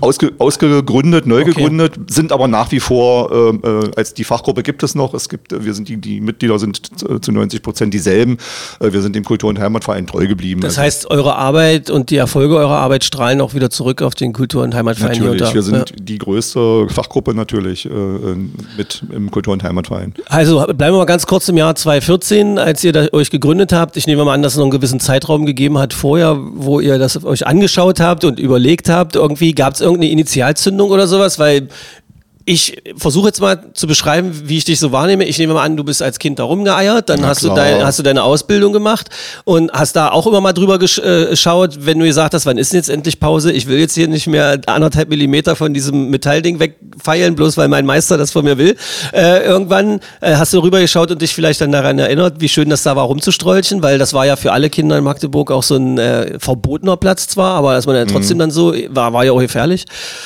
ausgegründet, neu gegründet, sind aber nach wie vor, als die Fachgruppe gibt es noch, wir sind die Mitglieder sind zu 90% dieselben, wir sind dem Kultur- und Heimatverein treu geblieben. Das heißt, eure Arbeit und die Erfolge eurer Arbeit strahlen auch wieder zurück auf den Kultur- und Heimatverein. Natürlich, wir sind die größte Fachgruppe natürlich mit im Kultur- und Heimatverein. Also bleiben wir mal ganz kurz im Jahr 2014, als ihr euch gegründet habt. Ich nehme mal an, dass es noch einen gewissen Zeitraum gegeben hat vorher, wo ihr das euch angeschaut habt und überlegt habt. Irgendwie gab es irgendeine Initialzündung oder sowas, weil ich versuche jetzt mal zu beschreiben, wie ich dich so wahrnehme. Ich nehme mal an, du bist als Kind da rumgeeiert, dann hast du deine Ausbildung gemacht und hast da auch immer mal drüber geschaut, wenn du gesagt hast, wann ist denn jetzt endlich Pause? Ich will jetzt hier nicht mehr 1,5 Millimeter von diesem Metallding wegfeilen, bloß weil mein Meister das von mir will. Irgendwann hast du rüber geschaut und dich vielleicht dann daran erinnert, wie schön das da war, rumzustrolchen, weil das war ja für alle Kinder in Magdeburg auch so ein verbotener Platz zwar, aber dass man ja trotzdem dann so, war ja auch gefährlich.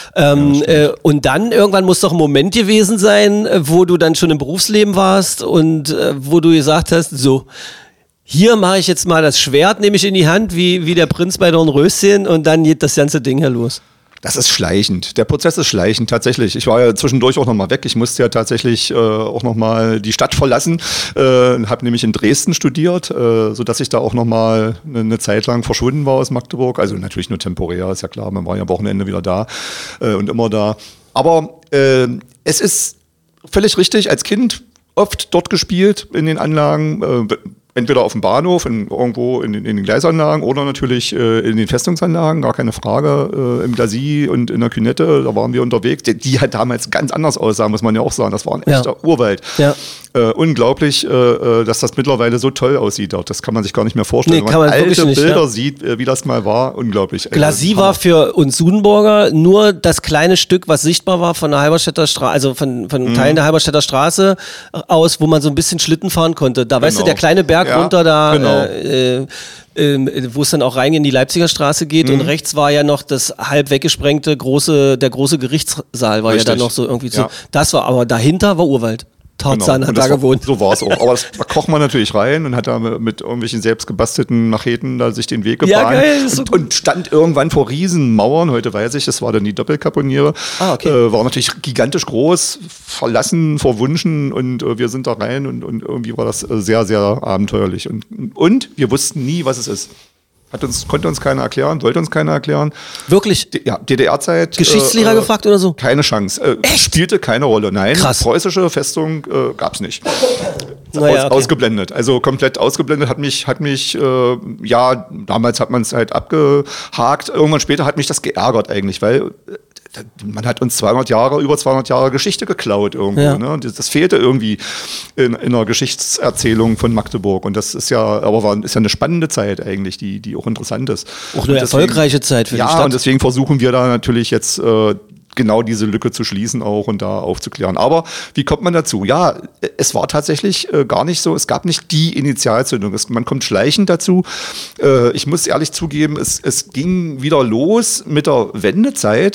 Und dann irgendwann musst du ein Moment gewesen sein, wo du dann schon im Berufsleben warst und wo du gesagt hast, so, hier mache ich jetzt mal das Schwert, nehme ich in die Hand, wie der Prinz bei Dornröschen und dann geht das ganze Ding hier los. Das ist schleichend. Der Prozess ist schleichend, tatsächlich. Ich war ja zwischendurch auch nochmal weg. Ich musste ja tatsächlich auch nochmal die Stadt verlassen. Habe nämlich in Dresden studiert, sodass ich da auch nochmal eine Zeit lang verschwunden war aus Magdeburg. Also natürlich nur temporär, ist ja klar. Man war ja am Wochenende wieder da und immer da. Aber es ist völlig richtig, als Kind oft dort gespielt in den Anlagen, entweder auf dem Bahnhof, irgendwo in den Gleisanlagen oder natürlich in den Festungsanlagen, gar keine Frage, im Glacis und in der Künette, da waren wir unterwegs, die halt damals ganz anders aussahen, muss man ja auch sagen, das war ein echter Urwald. Ja. Unglaublich, dass das mittlerweile so toll aussieht dort, das kann man sich gar nicht mehr vorstellen. Nee, wenn man alte Bilder sieht, wie das mal war, unglaublich. Glacis war für uns Sudenburger nur das kleine Stück, was sichtbar war von der Halberstädter Straße, also von Teilen der Halberstädter Straße aus, wo man so ein bisschen Schlitten fahren konnte. Da weißt du, der kleine Berg runter da, wo es dann auch rein in die Leipziger Straße geht und rechts war ja noch das halb weggesprengte der große Gerichtssaal war ja dann noch so irgendwie so. Das war, aber dahinter war Urwald. Tarzan hat da gewohnt. So war es auch. Aber da kocht man natürlich rein und hat da mit irgendwelchen selbst gebastelten Macheten da sich den Weg gebahnt. Ja, geil, und stand irgendwann vor riesen Mauern. Heute weiß ich, das war dann die Doppelkaponiere. War natürlich gigantisch groß, verlassen, verwunschen und wir sind da rein und irgendwie war das sehr, sehr abenteuerlich. Und wir wussten nie, was es ist. Konnte uns keiner erklären, wollte uns keiner erklären. Wirklich? Ja, DDR-Zeit. Geschichtslehrer gefragt oder so? Keine Chance. Spielte keine Rolle. Nein, krass. Preußische Festung gab es nicht. Ausgeblendet. Also komplett ausgeblendet. Hat mich damals hat man es halt abgehakt. Irgendwann später hat mich das geärgert eigentlich, weil man hat uns über 200 Jahre Geschichte geklaut irgendwo. Ja. Ne? Das fehlte irgendwie in einer Geschichtserzählung von Magdeburg. Und das ist ja eine spannende Zeit eigentlich, die auch interessant ist. Auch eine erfolgreiche Zeit für die Stadt. Ja, und deswegen versuchen wir da natürlich jetzt genau diese Lücke zu schließen auch und da aufzuklären. Aber wie kommt man dazu? Ja, es war tatsächlich gar nicht so, es gab nicht die Initialzündung. Man kommt schleichend dazu. Ich muss ehrlich zugeben, es ging wieder los mit der Wendezeit.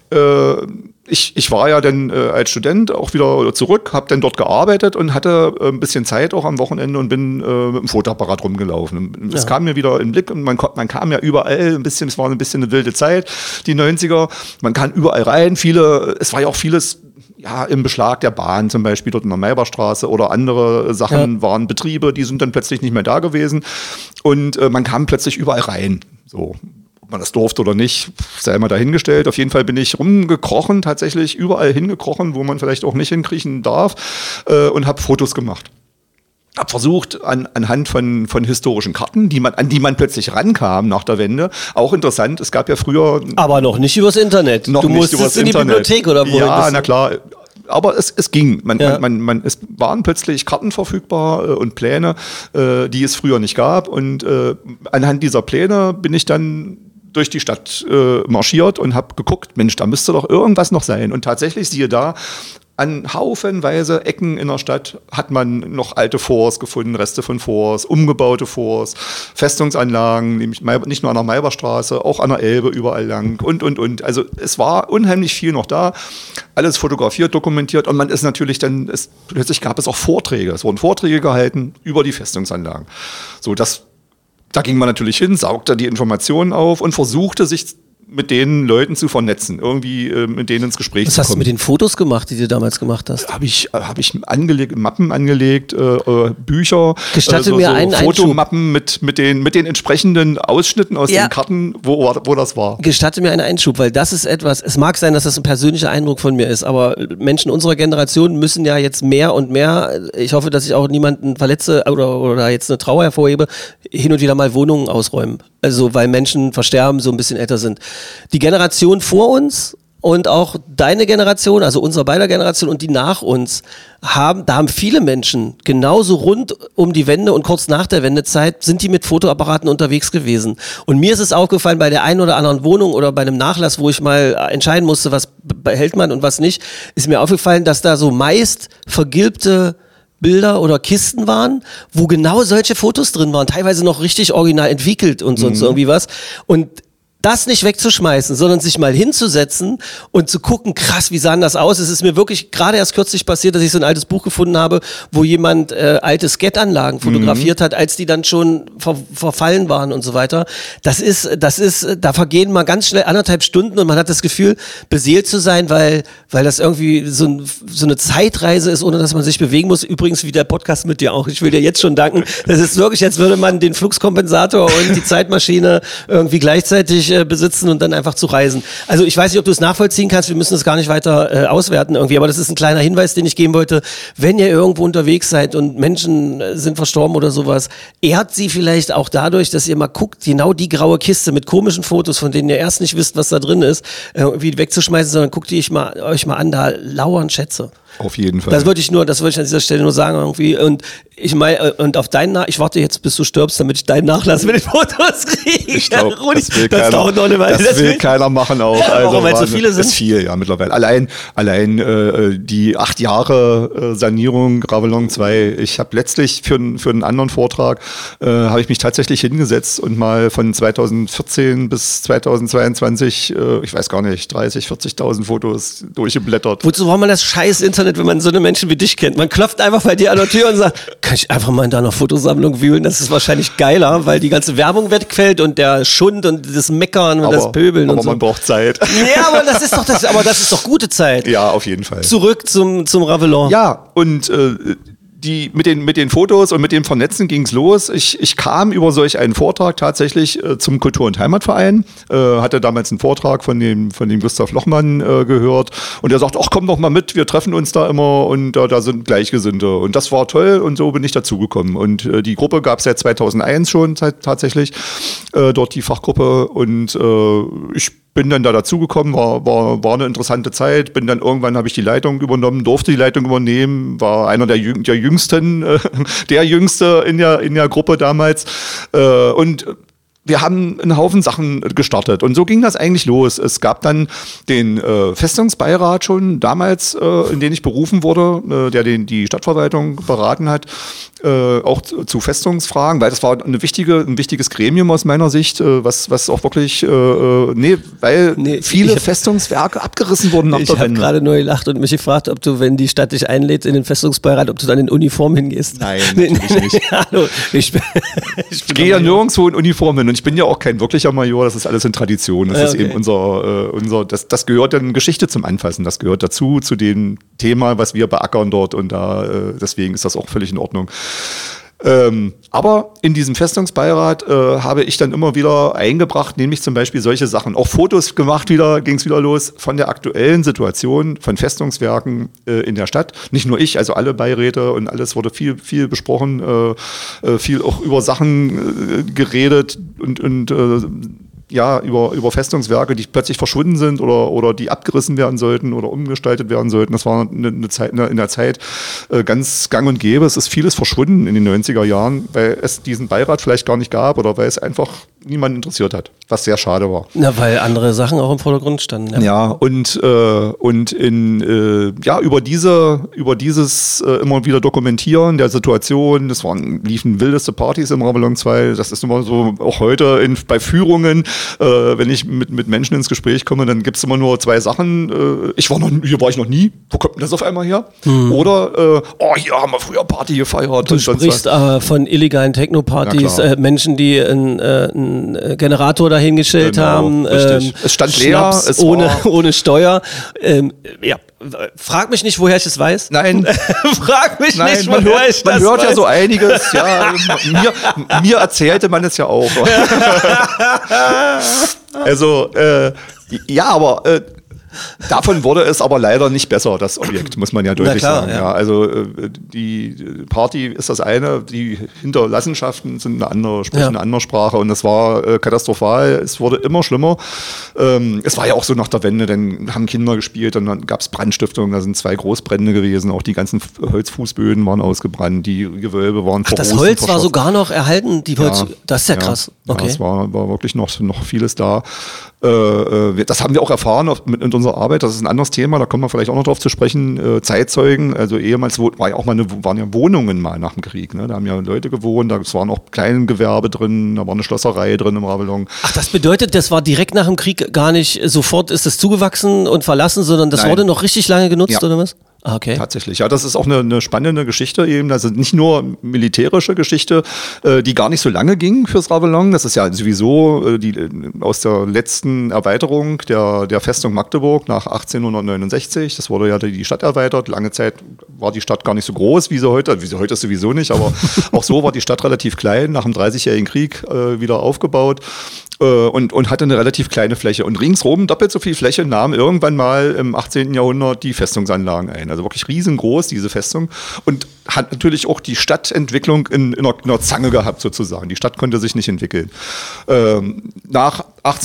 Ich war ja dann als Student auch wieder zurück, habe dann dort gearbeitet und hatte ein bisschen Zeit auch am Wochenende und bin mit dem Fotoapparat rumgelaufen. Es kam mir wieder in den Blick und man kam ja überall ein bisschen, es war ein bisschen eine wilde Zeit, die 90er. Man kann überall rein, es war ja auch vieles im Beschlag der Bahn, zum Beispiel dort in der Mayberstraße oder andere Sachen waren Betriebe, die sind dann plötzlich nicht mehr da gewesen und man kam plötzlich überall rein. So. Ob man das durfte oder nicht, sei mal dahingestellt. Auf jeden Fall bin ich rumgekrochen, tatsächlich überall hingekrochen, wo man vielleicht auch nicht hinkriechen darf und habe Fotos gemacht. Habe versucht, anhand von historischen Karten, an die man plötzlich rankam nach der Wende, auch interessant, es gab ja früher... Aber noch nicht übers Internet. Du musstest in die Bibliothek oder wo? Ja, na klar. Aber es ging. Es waren plötzlich Karten verfügbar und Pläne, die es früher nicht gab. Und anhand dieser Pläne bin ich dann durch die Stadt marschiert und habe geguckt, Mensch, da müsste doch irgendwas noch sein. Und tatsächlich, siehe da, an haufenweise Ecken in der Stadt hat man noch alte Forts gefunden, Reste von Forts, umgebaute Forts, Festungsanlagen, nämlich nicht nur an der Mayberstraße, auch an der Elbe überall lang und. Also es war unheimlich viel noch da, alles fotografiert, dokumentiert und man ist natürlich dann, plötzlich gab es auch Vorträge, es wurden Vorträge gehalten über die Festungsanlagen. So, da ging man natürlich hin, saugte die Informationen auf und versuchte sich mit den Leuten zu vernetzen, irgendwie mit denen ins Gespräch zu kommen. Was hast du mit den Fotos gemacht, die du damals gemacht hast? Habe ich Mappen angelegt, Bücher, Gestatte mir einen Fotomappen mit den entsprechenden Ausschnitten aus den Karten, wo das war. Gestatte mir einen Einschub, weil das ist etwas, es mag sein, dass das ein persönlicher Eindruck von mir ist, aber Menschen unserer Generation müssen ja jetzt mehr und mehr, ich hoffe, dass ich auch niemanden verletze oder jetzt eine Trauer hervorhebe, hin und wieder mal Wohnungen ausräumen. Also weil Menschen versterben, so ein bisschen älter sind. Die Generation vor uns und auch deine Generation, also unsere beider Generation und die nach uns, da haben viele Menschen genauso rund um die Wende und kurz nach der Wendezeit sind die mit Fotoapparaten unterwegs gewesen. Und mir ist es aufgefallen, bei der einen oder anderen Wohnung oder bei einem Nachlass, wo ich mal entscheiden musste, was behält man und was nicht, ist mir aufgefallen, dass da so meist vergilbte Bilder oder Kisten waren, wo genau solche Fotos drin waren, teilweise noch richtig original entwickelt und sonst irgendwie was. Und das nicht wegzuschmeißen, sondern sich mal hinzusetzen und zu gucken, krass, wie sah das aus? Es ist mir wirklich gerade erst kürzlich passiert, dass ich so ein altes Buch gefunden habe, wo jemand alte Skat-Anlagen fotografiert hat, als die dann schon verfallen waren und so weiter. Das ist, da vergehen mal ganz schnell 1,5 Stunden und man hat das Gefühl, beseelt zu sein, weil das irgendwie so eine Zeitreise ist, ohne dass man sich bewegen muss. Übrigens wie der Podcast mit dir auch. Ich will dir jetzt schon danken. Das ist wirklich, als würde man den Fluxkompensator und die Zeitmaschine irgendwie gleichzeitig besitzen und dann einfach zu reisen. Also ich weiß nicht, ob du es nachvollziehen kannst, wir müssen es gar nicht weiter auswerten irgendwie, aber das ist ein kleiner Hinweis, den ich geben wollte. Wenn ihr irgendwo unterwegs seid und Menschen sind verstorben oder sowas, ehrt sie vielleicht auch dadurch, dass ihr mal guckt, genau die graue Kiste mit komischen Fotos, von denen ihr erst nicht wisst, was da drin ist, irgendwie wegzuschmeißen, sondern guckt euch mal an, da lauern Schätze. Auf jeden Fall. Das wollte ich an dieser Stelle nur sagen irgendwie. Und ich meine, und auf ich warte jetzt, bis du stirbst, damit ich deinen Nachlass mit den Fotos kriege. Ich glaube, das dauert noch eine Weile. Das will keiner machen auch. Also, weil es so viele sind. Das ist viel, ja, mittlerweile. Allein die 8 Jahre Sanierung Ravelon 2. Ich habe letztlich für einen anderen Vortrag habe ich mich tatsächlich hingesetzt und mal von 2014 bis 2022, ich weiß gar nicht, 30.000, 40.000 Fotos durchgeblättert. Wozu braucht man das scheiß Internet, wenn man so eine Menschen wie dich kennt? Man klopft einfach bei dir an der Tür und sagt, kann ich einfach mal in deiner Fotosammlung wühlen? Das ist wahrscheinlich geiler, weil die ganze Werbung wegfällt und der Schund und das Meckern und das Pöbeln und so. Aber man braucht Zeit. Ja, aber das ist doch gute Zeit. Ja, auf jeden Fall. Zurück zum Ravelon. Ja, und mit den Fotos und mit dem Vernetzen ging's los. Ich kam über solch einen Vortrag tatsächlich zum Kultur- und Heimatverein, hatte damals einen Vortrag von dem Gustav Lochmann gehört und der sagt, ach komm doch mal mit, wir treffen uns da immer und da sind Gleichgesinnte und das war toll und so bin ich dazugekommen und die Gruppe gab es seit 2001 schon tatsächlich, dort die Fachgruppe und ich bin dann da dazugekommen, war eine interessante Zeit, irgendwann habe ich die Leitung übernommen, durfte die Leitung übernehmen, war einer der Jüngsten, der Jüngste in der Gruppe damals und wir haben einen Haufen Sachen gestartet und so ging das eigentlich los. Es gab dann den Festungsbeirat schon damals, in den ich berufen wurde, der die Stadtverwaltung beraten hat, auch zu Festungsfragen, weil das war ein wichtiges Gremium aus meiner Sicht, was auch wirklich, viele Festungswerke abgerissen wurden nach der Wende. Ich habe gerade nur gelacht und mich gefragt, ob du, wenn die Stadt dich einlädt in den Festungsbeirat, ob du dann in Uniform hingehst. Nein, natürlich nicht. Hallo, ich gehe ja nirgendwo in Uniform hin und ich bin ja auch kein wirklicher Major, das ist alles in Tradition. Das ist eben das gehört dann Geschichte zum Anfassen, das gehört dazu, zu dem Thema, was wir beackern dort und deswegen ist das auch völlig in Ordnung. Aber in diesem Festungsbeirat habe ich dann immer wieder eingebracht, nämlich zum Beispiel solche Sachen, auch Fotos gemacht, ging es wieder los von der aktuellen Situation von Festungswerken in der Stadt. Nicht nur ich, also alle Beiräte und alles wurde viel besprochen, viel auch über Sachen geredet und über Festungswerke, die plötzlich verschwunden sind oder die abgerissen werden sollten oder umgestaltet werden sollten. Das war eine Zeit, in der Zeit ganz gang und gäbe. Es ist vieles verschwunden in den 90er Jahren, weil es diesen Beirat vielleicht gar nicht gab oder weil es einfach niemanden interessiert hat, was sehr schade war. Na, weil andere Sachen auch im Vordergrund standen. Ja, und über dieses immer wieder Dokumentieren der Situation, liefen wildeste Partys im Ravelon 2, das ist immer so, auch heute bei Führungen, wenn ich mit Menschen ins Gespräch komme, dann gibt es immer nur 2 Sachen. Hier war ich noch nie. Wo kommt denn das auf einmal her? Oder, hier haben wir früher Party gefeiert. Du sprichst von illegalen Techno-Partys, Menschen, die ein einen Generator dahingestellt haben. Richtig. Es stand leer. Es ohne Steuer. Frag mich nicht, woher ich es weiß. Nein. Frag mich nicht, woher ich das weiß. Man hört ja so einiges. Ja, mir erzählte man es ja auch. Also, aber davon wurde es aber leider nicht besser, das Objekt, muss man ja deutlich sagen. Ja. Also die Party ist das eine, die Hinterlassenschaften sind eine andere, sprechen eine andere Sprache und es war katastrophal, es wurde immer schlimmer. Es war ja auch so nach der Wende, dann haben Kinder gespielt und dann gab es Brandstiftungen, da sind 2 Großbrände gewesen, auch die ganzen Holzfußböden waren ausgebrannt, die Gewölbe waren verrost. Das Holz war sogar noch erhalten, das ist ja krass. Okay. Ja, es war wirklich noch vieles da. Das haben wir auch erfahren in unserer Arbeit, das ist ein anderes Thema, da kommen wir vielleicht auch noch drauf zu sprechen, Zeitzeugen, also ehemals waren ja Wohnungen mal nach dem Krieg, ne? Da haben ja Leute gewohnt, da waren auch Kleingewerbe drin, da war eine Schlosserei drin im Ravelong. Ach, das bedeutet, das war direkt nach dem Krieg gar nicht, sofort ist es zugewachsen und verlassen, sondern das wurde noch richtig lange genutzt, oder was? Okay. Tatsächlich, ja, das ist auch eine spannende Geschichte eben, also nicht nur militärische Geschichte, die gar nicht so lange ging fürs Ravelong, das ist ja sowieso aus der letzten Erweiterung der Festung Magdeburg nach 1869, das wurde ja die Stadt erweitert, lange Zeit war die Stadt gar nicht so groß, wie sie heute ist sowieso nicht, aber auch so war die Stadt relativ klein, nach dem 30-jährigen Krieg wieder aufgebaut. Und hatte eine relativ kleine Fläche. Und ringsrum doppelt so viel Fläche nahm irgendwann mal im 18. Jahrhundert die Festungsanlagen ein. Also wirklich riesengroß, diese Festung. Und hat natürlich auch die Stadtentwicklung in einer Zange gehabt, sozusagen. Die Stadt konnte sich nicht entwickeln. Nach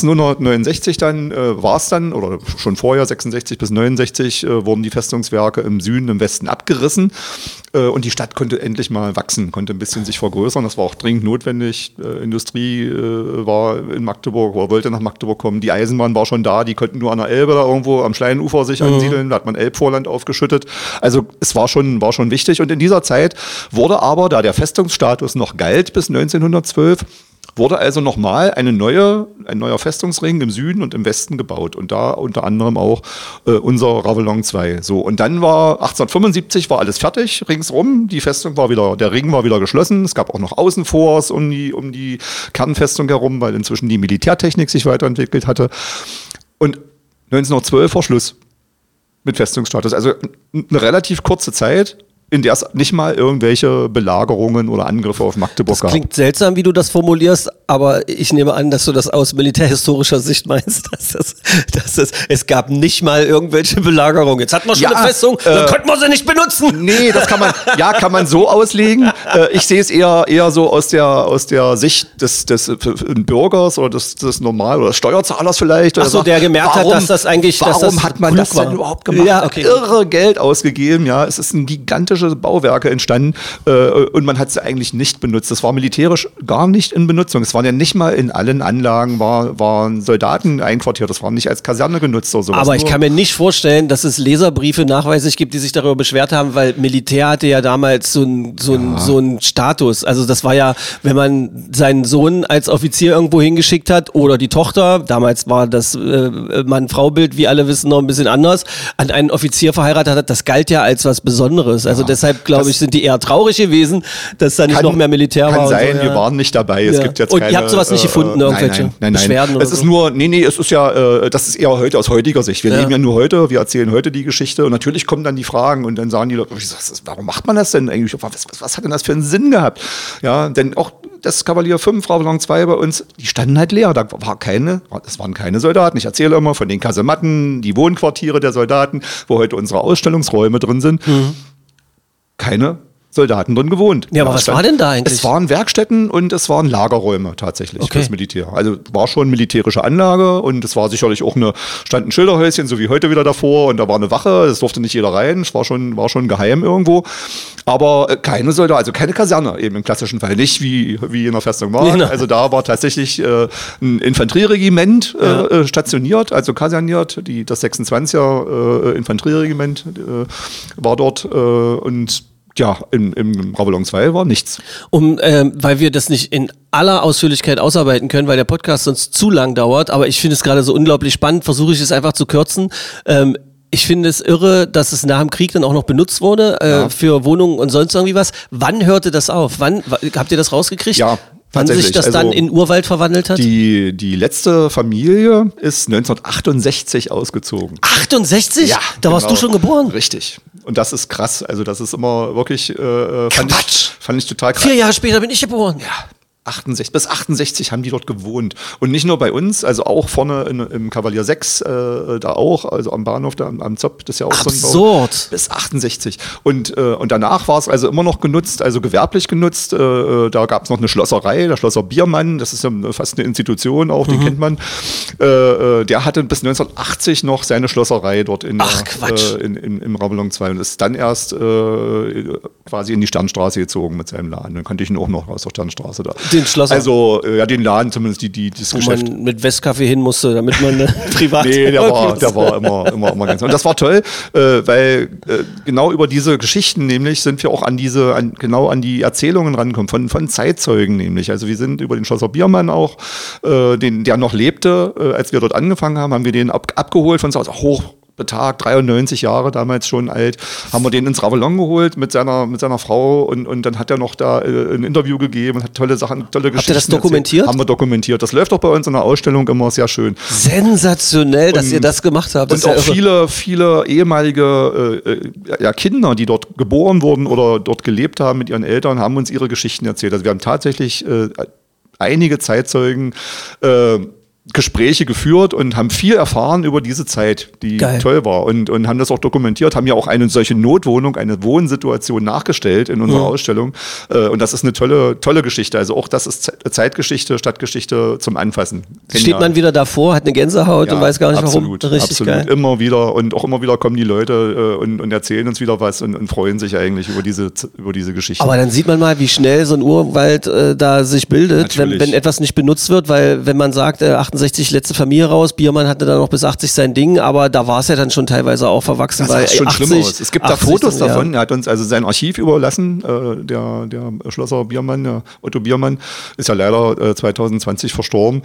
1869 dann war es dann, oder schon vorher, 66 bis 69, wurden die Festungswerke im Süden, im Westen abgerissen. Und die Stadt konnte endlich mal wachsen, konnte ein bisschen sich vergrößern. Das war auch dringend notwendig. Industrie war in Magdeburg oder wollte nach Magdeburg kommen. Die Eisenbahn war schon da, die konnten nur an der Elbe da irgendwo am Schleinufer sich ansiedeln. Da hat man Elbvorland aufgeschüttet. Also es war schon wichtig. Und in dieser Zeit wurde aber, da der Festungsstatus noch galt bis 1912, wurde also nochmal ein neuer Festungsring im Süden und im Westen gebaut. Und da unter anderem auch unser Ravelong 2. So, und dann war 1875 war alles fertig ringsrum. Die Festung der Ring war wieder geschlossen. Es gab auch noch Außenforts um die Kernfestung herum, weil inzwischen die Militärtechnik sich weiterentwickelt hatte. Und 1912 war Schluss mit Festungsstatus. Also eine relativ kurze Zeit, in der es nicht mal irgendwelche Belagerungen oder Angriffe auf Magdeburg gab. Das klingt seltsam, wie du das formulierst, aber ich nehme an, dass du das aus militärhistorischer Sicht meinst, dass es gab nicht mal irgendwelche Belagerungen. Jetzt hatten wir schon eine Festung, dann konnten wir sie nicht benutzen. Nee, das kann man so auslegen. Ich sehe es eher so aus der Sicht des Bürgers oder des Normal- oder des Steuerzahlers vielleicht. Ach so, der gemerkt hat, dass das eigentlich Warum hat man das denn überhaupt gemacht? Ja, okay. Irre Geld ausgegeben, ja. Es ist ein gigantisches Bauwerke entstanden und man hat sie eigentlich nicht benutzt. Das war militärisch gar nicht in Benutzung. Es waren ja nicht mal in allen Anlagen waren Soldaten einquartiert. Das war nicht als Kaserne genutzt oder sowas. Aber ich kann mir nicht vorstellen, dass es Leserbriefe nachweislich gibt, die sich darüber beschwert haben, weil Militär hatte ja damals so einen Status. Also das war ja, wenn man seinen Sohn als Offizier irgendwo hingeschickt hat oder die Tochter, damals war das Mann-Frau-Bild, wie alle wissen, noch ein bisschen anders, an einen Offizier verheiratet hat, das galt ja als was Besonderes. Also deshalb, glaube ich, sind die eher traurig gewesen, dass da nicht noch mehr Militär war. Kann sein, wir waren nicht dabei. Es gibt jetzt und ihr habt sowas nicht gefunden, irgendwelche Beschwerden oder so? Es ist ja, das ist eher heute aus heutiger Sicht. Wir leben ja nur heute, wir erzählen heute die Geschichte und natürlich kommen dann die Fragen und dann sagen die Leute, warum macht man das denn eigentlich? Was hat denn das für einen Sinn gehabt? Ja, denn auch das Kavalier 5, Ravelong 2 bei uns, die standen halt leer. Das waren keine Soldaten. Ich erzähle immer von den Kasematten, die Wohnquartiere der Soldaten, wo heute unsere Ausstellungsräume drin sind. Keine Soldaten drin gewohnt. Ja, aber was war denn da eigentlich? Es waren Werkstätten und es waren Lagerräume tatsächlich fürs Militär. Also war schon militärische Anlage und es war sicherlich auch stand ein Schilderhäuschen, so wie heute wieder davor und da war eine Wache, es durfte nicht jeder rein, es war schon geheim irgendwo. Aber keine Soldaten, also keine Kaserne eben im klassischen Fall, nicht wie in der Festung war. Genau. Also da war tatsächlich ein Infanterieregiment stationiert, also kaserniert, das 26er Infanterieregiment war dort und ja, im Ravelong 2 war nichts. Weil wir das nicht in aller Ausführlichkeit ausarbeiten können, weil der Podcast sonst zu lang dauert, aber ich finde es gerade so unglaublich spannend, versuche ich es einfach zu kürzen. Ich finde es irre, dass es nach dem Krieg dann auch noch benutzt wurde für Wohnungen und sonst irgendwie was. Wann hörte das auf? Habt ihr das rausgekriegt? Ja. Wann sich das dann in Urwald verwandelt hat? Die letzte Familie ist 1968 ausgezogen. 68? Ja, da warst du schon geboren? Richtig. Und das ist krass. Also das ist immer wirklich, fand ich total krass. 4 Jahre später bin ich geboren. Ja. bis 68 haben die dort gewohnt. Und nicht nur bei uns, also auch vorne im Kavalier 6, da auch, also am Bahnhof, da am Zopp, das ist ja auch Absurd. so ein Bau. Bis 68. Und danach war es also immer noch genutzt, also gewerblich genutzt. Da gab es noch eine Schlosserei, der Schlosser Biermann, das ist ja fast eine Institution auch, die kennt man. Der hatte bis 1980 noch seine Schlosserei dort im Ravelong 2 und ist dann erst quasi in die Sternstraße gezogen mit seinem Laden. Dann kannte ich ihn auch noch aus der Sternstraße da. Den Schlosser? Also, den Laden zumindest, das wo Geschäft. Man mit Westkaffee hin musste, damit man privat... Nee, der war immer ganz... Und das war toll, weil genau über diese Geschichten nämlich sind wir auch an die Erzählungen rangekommen, von Zeitzeugen nämlich. Also wir sind über den Schlosser Biermann auch, der noch lebte, als wir dort angefangen haben wir den abgeholt von zu Hause, hochbetagt, 93 Jahre damals schon alt, haben wir den ins Ravelong geholt mit seiner Frau und dann hat er noch da ein Interview gegeben und hat tolle Sachen, tolle Geschichten. Habt ihr das dokumentiert? Erzählt. Haben wir dokumentiert. Das läuft auch bei uns in der Ausstellung immer sehr schön. Sensationell, dass ihr das gemacht habt. Das und auch viele ehemalige Kinder, die dort geboren wurden oder dort gelebt haben mit ihren Eltern, haben uns ihre Geschichten erzählt. Also wir haben tatsächlich einige Zeitzeugen Gespräche geführt und haben viel erfahren über diese Zeit, die toll war und haben das auch dokumentiert, haben ja auch eine solche Notwohnung, eine Wohnsituation nachgestellt in unserer Ausstellung und das ist eine tolle Geschichte, also auch das ist Zeitgeschichte, Stadtgeschichte zum Anfassen. Steht man wieder davor, hat eine Gänsehaut und weiß gar nicht warum. Richtig geil. Immer wieder kommen die Leute und erzählen uns wieder was und freuen sich eigentlich über diese Geschichte. Aber dann sieht man mal, wie schnell so ein Urwald da sich bildet, wenn etwas nicht benutzt wird, weil wenn man sagt, 68 letzte Familie raus, Biermann hatte dann noch bis 80 sein Ding, aber da war es ja dann schon teilweise auch verwachsen. Das sah schon schlimm aus. Es gibt da Fotos davon, er hat uns also sein Archiv überlassen, der Schlosser Biermann, der Otto Biermann, ist ja leider 2020 verstorben,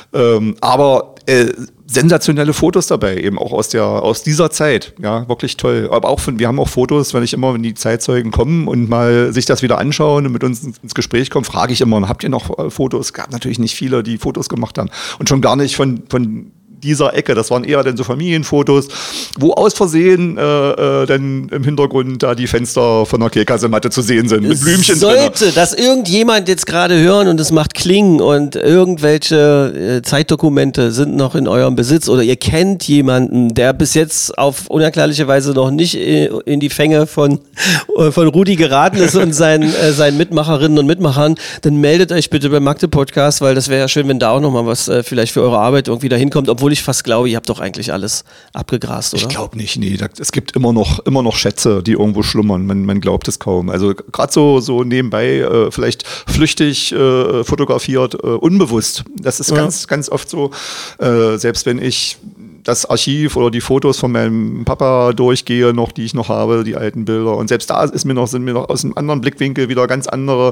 aber sensationelle Fotos dabei, eben auch aus dieser Zeit, ja, wirklich toll. Aber auch wir haben auch Fotos, wenn die Zeitzeugen kommen und mal sich das wieder anschauen und mit uns ins Gespräch kommen, frage ich immer, habt ihr noch Fotos? Es gab natürlich nicht viele, die Fotos gemacht haben und schon gar nicht von dieser Ecke, das waren eher dann so Familienfotos, wo aus Versehen dann im Hintergrund da die Fenster von der Kehlkasematte zu sehen sind, mit Blümchen drin. Sollte das irgendjemand jetzt gerade hören und es macht Klingen und irgendwelche Zeitdokumente sind noch in eurem Besitz oder ihr kennt jemanden, der bis jetzt auf unerklärliche Weise noch nicht in die Fänge von Rudi geraten ist und seinen Mitmacherinnen und Mitmachern, dann meldet euch bitte beim Magde Podcast, weil das wäre ja schön, wenn da auch noch mal was vielleicht für eure Arbeit irgendwie da hinkommt, obwohl ich fast glaube, ihr habt doch eigentlich alles abgegrast, oder? Ich glaube nicht, nee. Es gibt immer noch Schätze, die irgendwo schlummern. Man glaubt es kaum. Also gerade so nebenbei, vielleicht flüchtig fotografiert, unbewusst. Das ist ganz, ganz oft so. Selbst wenn ich das Archiv oder die Fotos von meinem Papa durchgehe, die ich noch habe, die alten Bilder. Und selbst da sind mir noch aus einem anderen Blickwinkel wieder ganz andere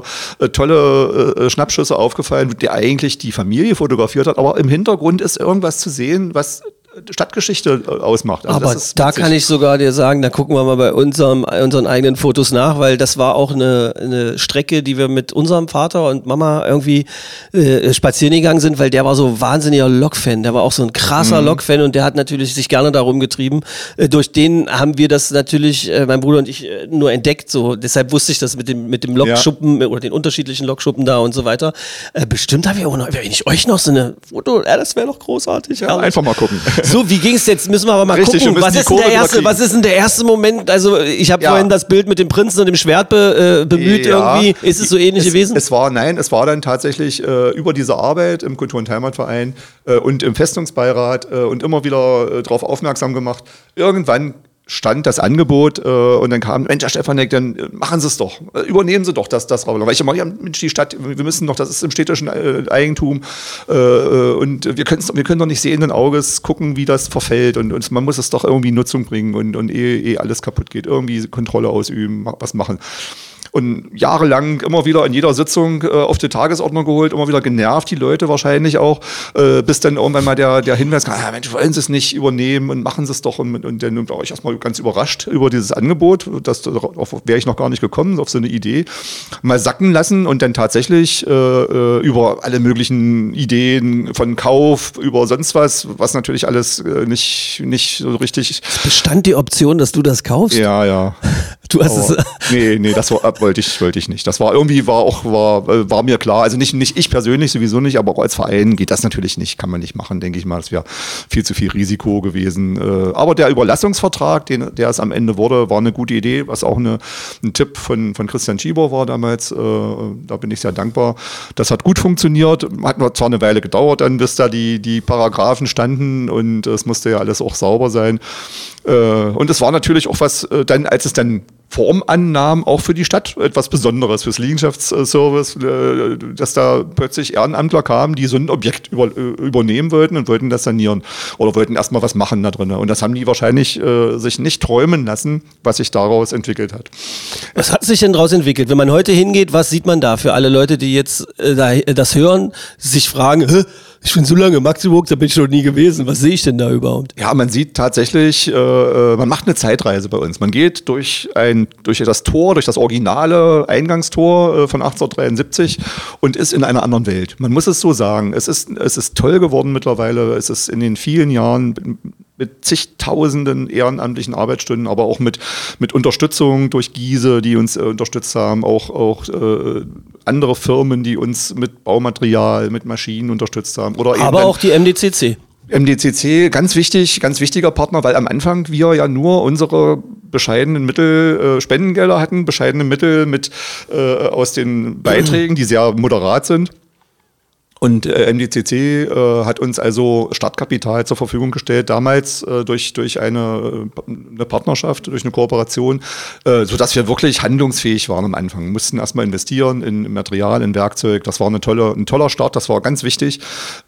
tolle Schnappschüsse aufgefallen, der eigentlich die Familie fotografiert hat. Aber im Hintergrund ist irgendwas zu sehen, was Stadtgeschichte ausmacht. Also aber da kann ich sogar dir sagen, da gucken wir mal bei unseren eigenen Fotos nach, weil das war auch eine Strecke, die wir mit unserem Vater und Mama irgendwie spazieren gegangen sind, weil der war so wahnsinniger Lok-Fan, der war auch so ein krasser Lok-Fan und der hat natürlich sich gerne darum getrieben. Durch den haben wir das natürlich, mein Bruder und ich, nur entdeckt, so. Deshalb wusste ich das mit dem Lokschuppen oder den unterschiedlichen Lokschuppen da und so weiter. Bestimmt haben wir auch noch, wenn ich euch noch so eine Foto, das wäre doch großartig. Ja, einfach mal gucken. So, wie ging es jetzt? Müssen wir aber mal gucken. Was ist denn der erste Moment? Also ich habe vorhin das Bild mit dem Prinzen und dem Schwert bemüht irgendwie. Ist es so ähnlich gewesen? Es war dann tatsächlich über diese Arbeit im Kultur- und Heimatverein und im Festungsbeirat und immer wieder darauf aufmerksam gemacht. Irgendwann stand das Angebot und dann kam, Mensch, Herr Stefanek, dann machen Sie es doch, übernehmen Sie doch das Ravelong. Weil ich immer, ja, Mensch, die Stadt, wir müssen doch, das ist im städtischen Eigentum und wir können doch nicht sehenden Auges gucken, wie das verfällt und man muss es doch irgendwie in Nutzung bringen und ehe alles kaputt geht, irgendwie Kontrolle ausüben, was machen. und jahrelang immer wieder in jeder Sitzung auf die Tagesordnung geholt, immer wieder genervt, die Leute wahrscheinlich auch, bis dann irgendwann mal der Hinweis kam, Mensch, wollen Sie es nicht übernehmen und machen Sie es doch. Und dann war ich erstmal ganz überrascht über dieses Angebot, darauf wäre ich noch gar nicht gekommen, auf so eine Idee, mal sacken lassen und dann tatsächlich über alle möglichen Ideen von Kauf, über sonst was natürlich alles nicht so richtig. Es bestand die Option, dass du das kaufst? Ja. Du hast es. Nee, das wollte ich nicht. Das war irgendwie, war mir klar, also nicht ich persönlich sowieso nicht, aber auch als Verein geht das natürlich nicht, kann man nicht machen, denke ich mal. Das wäre viel zu viel Risiko gewesen. Aber der Überlassungsvertrag, der es am Ende wurde, war eine gute Idee, was auch ein Tipp von Christian Schieber war damals. Da bin ich sehr dankbar. Das hat gut funktioniert. Hat zwar eine Weile gedauert, dann bis da die Paragraphen standen und es musste ja alles auch sauber sein. Und es war natürlich auch was, als es dann Form annahm, auch für die Stadt etwas Besonderes, fürs Liegenschaftsservice, dass da plötzlich Ehrenamtler kamen, die so ein Objekt übernehmen wollten und wollten das sanieren oder wollten erstmal was machen da drin. Und das haben die wahrscheinlich sich nicht träumen lassen, was sich daraus entwickelt hat. Was hat sich denn daraus entwickelt? Wenn man heute hingeht, was sieht man da für alle Leute, die jetzt das hören, sich fragen, ich bin so lange in Magdeburg, da bin ich noch nie gewesen. Was sehe ich denn da überhaupt? Ja, man sieht tatsächlich, man macht eine Zeitreise bei uns. Man geht durch das Tor, durch das originale Eingangstor von 1873 und ist in einer anderen Welt. Man muss es so sagen. Es ist toll geworden mittlerweile. Es ist in den vielen Jahren mit zigtausenden ehrenamtlichen Arbeitsstunden, aber auch mit Unterstützung durch Giese, die uns unterstützt haben, auch andere Firmen, die uns mit Baumaterial, mit Maschinen unterstützt haben. Oder aber auch die MDCC. MDCC, ganz wichtiger Partner, weil am Anfang wir ja nur unsere bescheidenen Mittel, Spendengelder hatten, bescheidene Mittel aus den Beiträgen, die sehr moderat sind. Und MDCC hat uns also Startkapital zur Verfügung gestellt, damals durch eine Partnerschaft, durch eine Kooperation, sodass wir wirklich handlungsfähig waren am Anfang. Wir mussten erstmal investieren in Material, in Werkzeug. Das war ein toller Start, das war ganz wichtig.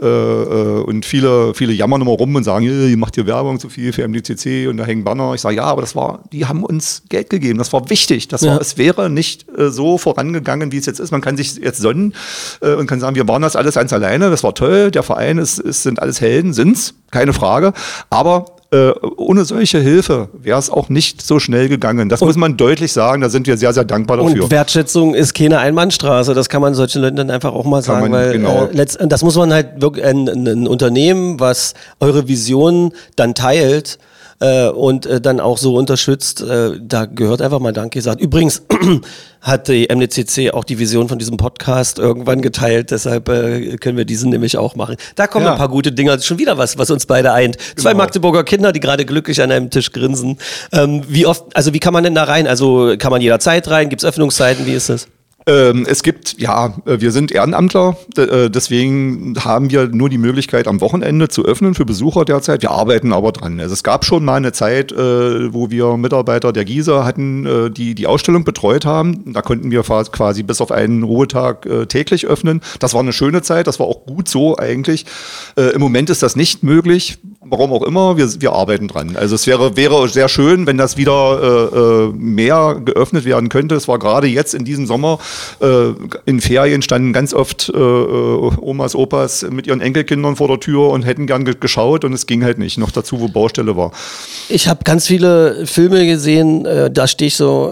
Und viele jammern immer rum und sagen, ihr macht hier Werbung zu viel für MDCC und da hängen Banner. Ich sage, ja, aber die haben uns Geld gegeben. Das war wichtig. Es wäre nicht so vorangegangen, wie es jetzt ist. Man kann sich jetzt sonnen und kann sagen, wir waren das alles ganz alleine, das war toll, der Verein sind alles Helden, sind's, keine Frage, aber ohne solche Hilfe wäre es auch nicht so schnell gegangen. Das muss man deutlich sagen, da sind wir sehr, sehr dankbar dafür. Und Wertschätzung ist keine Einbahnstraße, das kann man solchen Leuten dann einfach auch mal sagen, weil genau. Das muss man halt wirklich, ein Unternehmen, was eure Vision dann teilt, und dann auch so unterstützt, da gehört einfach mal Dank gesagt. Übrigens hat die MDCC auch die Vision von diesem Podcast irgendwann geteilt, deshalb können wir diesen nämlich auch machen. Da kommen ein paar gute Dinge, das ist schon wieder was uns beide eint. Genau. 2 Magdeburger Kinder, die gerade glücklich an einem Tisch grinsen. Wie kann man denn da rein? Also kann man jederzeit rein? Gibt es Öffnungszeiten? Wie ist das? Es gibt, wir sind Ehrenamtler, deswegen haben wir nur die Möglichkeit, am Wochenende zu öffnen für Besucher derzeit. Wir arbeiten aber dran. Also es gab schon mal eine Zeit, wo wir Mitarbeiter der Giese hatten, die Ausstellung betreut haben. Da konnten wir quasi bis auf einen Ruhetag täglich öffnen. Das war eine schöne Zeit, das war auch gut so eigentlich. Im Moment ist das nicht möglich, warum auch immer. Wir arbeiten dran. Also es wäre sehr schön, wenn das wieder mehr geöffnet werden könnte. Es war gerade jetzt in diesem Sommer, in Ferien standen ganz oft Omas, Opas mit ihren Enkelkindern vor der Tür und hätten gern geschaut und es ging halt nicht, noch dazu, wo Baustelle war. Ich habe ganz viele Filme gesehen, da stehe ich so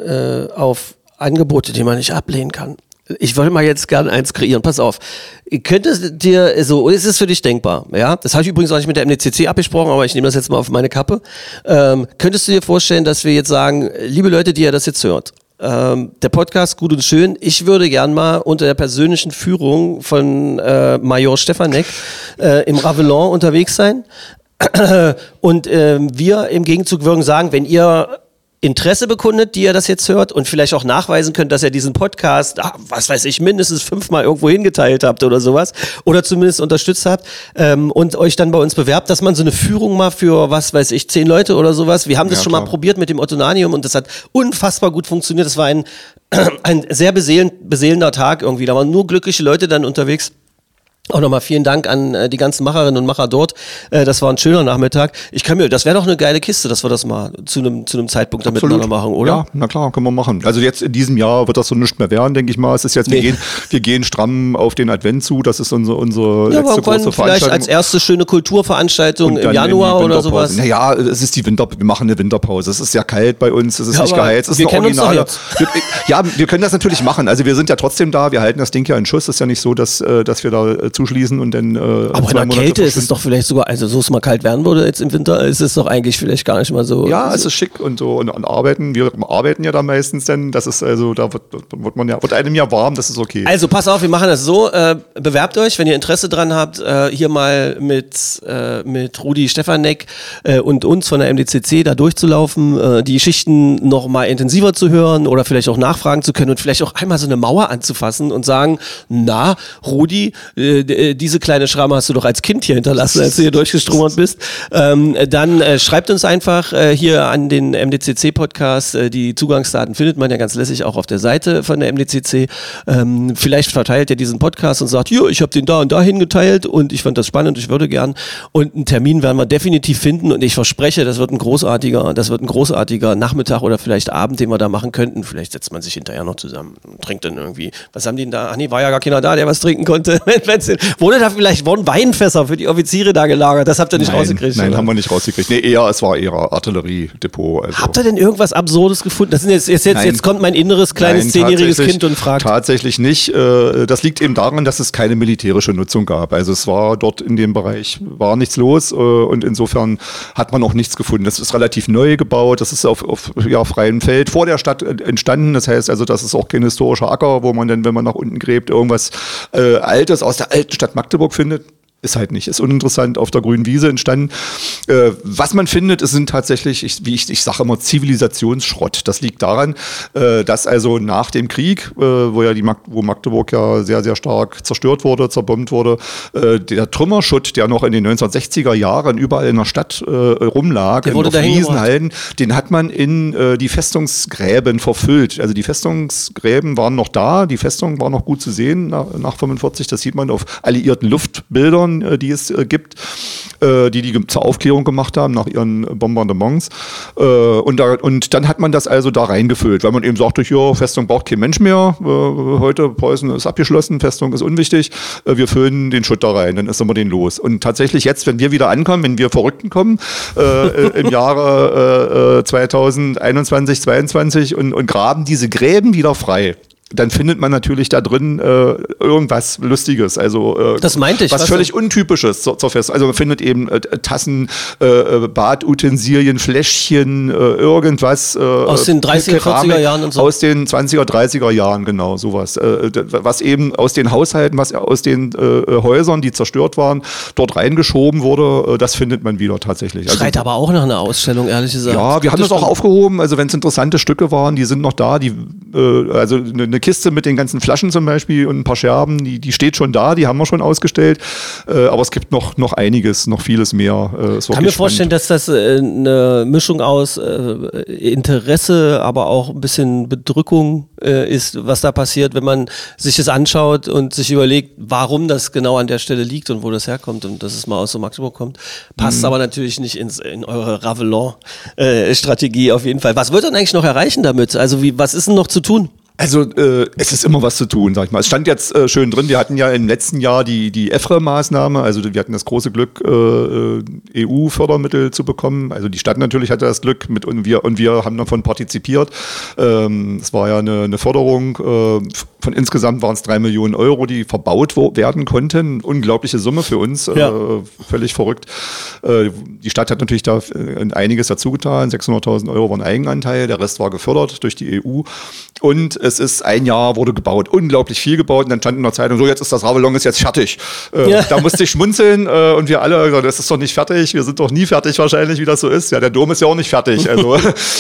auf Angebote, die man nicht ablehnen kann. Ich wollte mal jetzt gerne eins kreieren, pass auf. Könntest dir, ist es für dich denkbar, ja? Das habe ich übrigens auch nicht mit der MDCC abgesprochen, aber ich nehme das jetzt mal auf meine Kappe. Könntest du dir vorstellen, dass wir jetzt sagen, liebe Leute, die ihr das jetzt hört, der Podcast gut und schön. Ich würde gern mal unter der persönlichen Führung von Major Stefanek im Ravelin unterwegs sein. Und wir im Gegenzug würden sagen, wenn ihr Interesse bekundet, die ihr das jetzt hört und vielleicht auch nachweisen könnt, dass ihr diesen Podcast, was weiß ich, mindestens 5-mal irgendwo hingeteilt habt oder sowas oder zumindest unterstützt habt und euch dann bei uns bewerbt, dass man so eine Führung mal für, was weiß ich, 10 Leute oder sowas, wir haben das schon mal probiert mit dem Ottonanium und das hat unfassbar gut funktioniert, das war ein sehr beseelender Tag irgendwie, da waren nur glückliche Leute dann unterwegs. Auch nochmal vielen Dank an die ganzen Macherinnen und Macher dort. Das war ein schöner Nachmittag. Das wäre doch eine geile Kiste, dass wir das mal zu einem Zeitpunkt damit miteinander machen, oder? Ja, na klar, können wir machen. Also jetzt in diesem Jahr wird das so nicht mehr werden, denke ich mal. Es ist jetzt, wir gehen stramm auf den Advent zu. Das ist unsere letzte große Veranstaltung. Vielleicht als erste schöne Kulturveranstaltung im Januar oder sowas. Naja, es ist wir machen eine Winterpause. Es ist ja kalt bei uns, es ist nicht geheizt. Es ist eine originale. Ja, wir können das natürlich machen. Also wir sind ja trotzdem da, wir halten das Ding ja in Schuss. Es ist ja nicht so, dass wir da zuschließen und dann aber in der Kälte ist es doch vielleicht sogar, also so es mal kalt werden würde jetzt im Winter, ist es doch eigentlich vielleicht gar nicht mal so. Ja, es ist schick und so und wir arbeiten ja da meistens dann, das ist also, da wird einem ja warm, das ist okay. Also pass auf, wir machen das so, bewerbt euch, wenn ihr Interesse dran habt, hier mal mit Rudi Stefanek und uns von der MDCC da durchzulaufen, die Geschichten noch mal intensiver zu hören oder vielleicht auch nachfragen zu können und vielleicht auch einmal so eine Mauer anzufassen und sagen, na, Rudi, diese kleine Schramme hast du doch als Kind hier hinterlassen, als du hier durchgestromert bist. Dann schreibt uns einfach hier an den MDCC-Podcast. Die Zugangsdaten findet man ja ganz lässig auch auf der Seite von der MDCC. Vielleicht verteilt ihr diesen Podcast und sagt, ich habe den da und da hingeteilt und ich fand das spannend, ich würde gern. Und einen Termin werden wir definitiv finden und ich verspreche, das wird ein großartiger Nachmittag oder vielleicht Abend, den wir da machen könnten. Vielleicht setzt man sich hinterher noch zusammen und trinkt dann irgendwie. Was haben die denn da? Ach nee, war ja gar keiner da, der was trinken konnte. Wurden Weinfässer für die Offiziere da gelagert? Das habt ihr nicht rausgekriegt? Nein, haben wir nicht rausgekriegt. Nee, es war eher Artilleriedepot. Also. Habt ihr denn irgendwas Absurdes gefunden? Das sind jetzt kommt mein inneres kleines 10-jähriges Kind und fragt. Tatsächlich nicht. Das liegt eben daran, dass es keine militärische Nutzung gab. Also es war dort in dem Bereich, war nichts los und insofern hat man auch nichts gefunden. Das ist relativ neu gebaut, das ist auf freiem Feld vor der Stadt entstanden. Das heißt also, das ist auch kein historischer Acker, wo man dann, wenn man nach unten gräbt, irgendwas Altes aus der alten Stadt Magdeburg findet. Ist halt nicht, ist uninteressant, auf der grünen Wiese entstanden. Was man findet, es sind tatsächlich, ich sage immer, Zivilisationsschrott. Das liegt daran, dass also nach dem Krieg, wo Magdeburg ja sehr, sehr stark zerstört wurde, zerbombt wurde, der Trümmerschutt, der noch in den 1960er Jahren überall in der Stadt rumlag, auf Riesenhalden, den hat man in die Festungsgräben verfüllt. Also die Festungsgräben waren noch da, die Festung war noch gut zu sehen nach 1945, das sieht man auf alliierten Luftbildern, die es gibt, die zur Aufklärung gemacht haben nach ihren Bombardements. Und dann hat man das also da reingefüllt, weil man eben sagte, Festung braucht kein Mensch mehr, heute Preußen ist abgeschlossen, Festung ist unwichtig, wir füllen den Schutt da rein, dann ist immer den los. Und tatsächlich jetzt, wenn wir wieder ankommen, wenn wir Verrückten kommen, im Jahre 2021, 2022 und graben diese Gräben wieder frei, dann findet man natürlich da drin irgendwas Lustiges, also das meinte ich, was völlig Untypisches zur Fest. Also man findet eben Tassen, Badutensilien, Fläschchen, irgendwas. Aus den 30er, 40er Jahren und so. Aus den 20er, 30er Jahren, genau, sowas. Was eben aus den Haushalten, was aus den Häusern, die zerstört waren, dort reingeschoben wurde, das findet man wieder tatsächlich. Schreit aber auch nach einer Ausstellung, ehrlich gesagt. Ja, wir haben das auch aufgehoben, also wenn es interessante Stücke waren, die sind noch da, also eine Kiste mit den ganzen Flaschen zum Beispiel und ein paar Scherben, die steht schon da, die haben wir schon ausgestellt, aber es gibt noch einiges, noch vieles mehr. Ich kann mir vorstellen, dass das eine Mischung aus Interesse, aber auch ein bisschen Bedrückung ist, was da passiert, wenn man sich das anschaut und sich überlegt, warum das genau an der Stelle liegt und wo das herkommt und dass es mal aus so Magdeburg kommt. Passt aber natürlich nicht in eure Ravelon-Strategie auf jeden Fall. Was wird denn eigentlich noch erreichen damit? Also was ist denn noch zu tun? Also es ist immer was zu tun, sag ich mal. Es stand jetzt schön drin, wir hatten ja im letzten Jahr die EFRE-Maßnahme, also wir hatten das große Glück, EU-Fördermittel zu bekommen. Also die Stadt natürlich hatte das Glück und wir haben davon partizipiert. Es war ja eine Förderung, von insgesamt waren es 3 Millionen Euro, die verbaut werden konnten. Unglaubliche Summe für uns, völlig verrückt. Die Stadt hat natürlich da einiges dazu getan, 600.000 Euro waren Eigenanteil, der Rest war gefördert durch die EU. Und es ist ein Jahr, wurde gebaut, unglaublich viel gebaut. Und dann stand in der Zeitung, so jetzt ist das Ravelon jetzt fertig. Da musste ich schmunzeln und wir alle, das ist doch nicht fertig, wir sind doch nie fertig wahrscheinlich, wie das so ist. Ja, der Dom ist ja auch nicht fertig. Also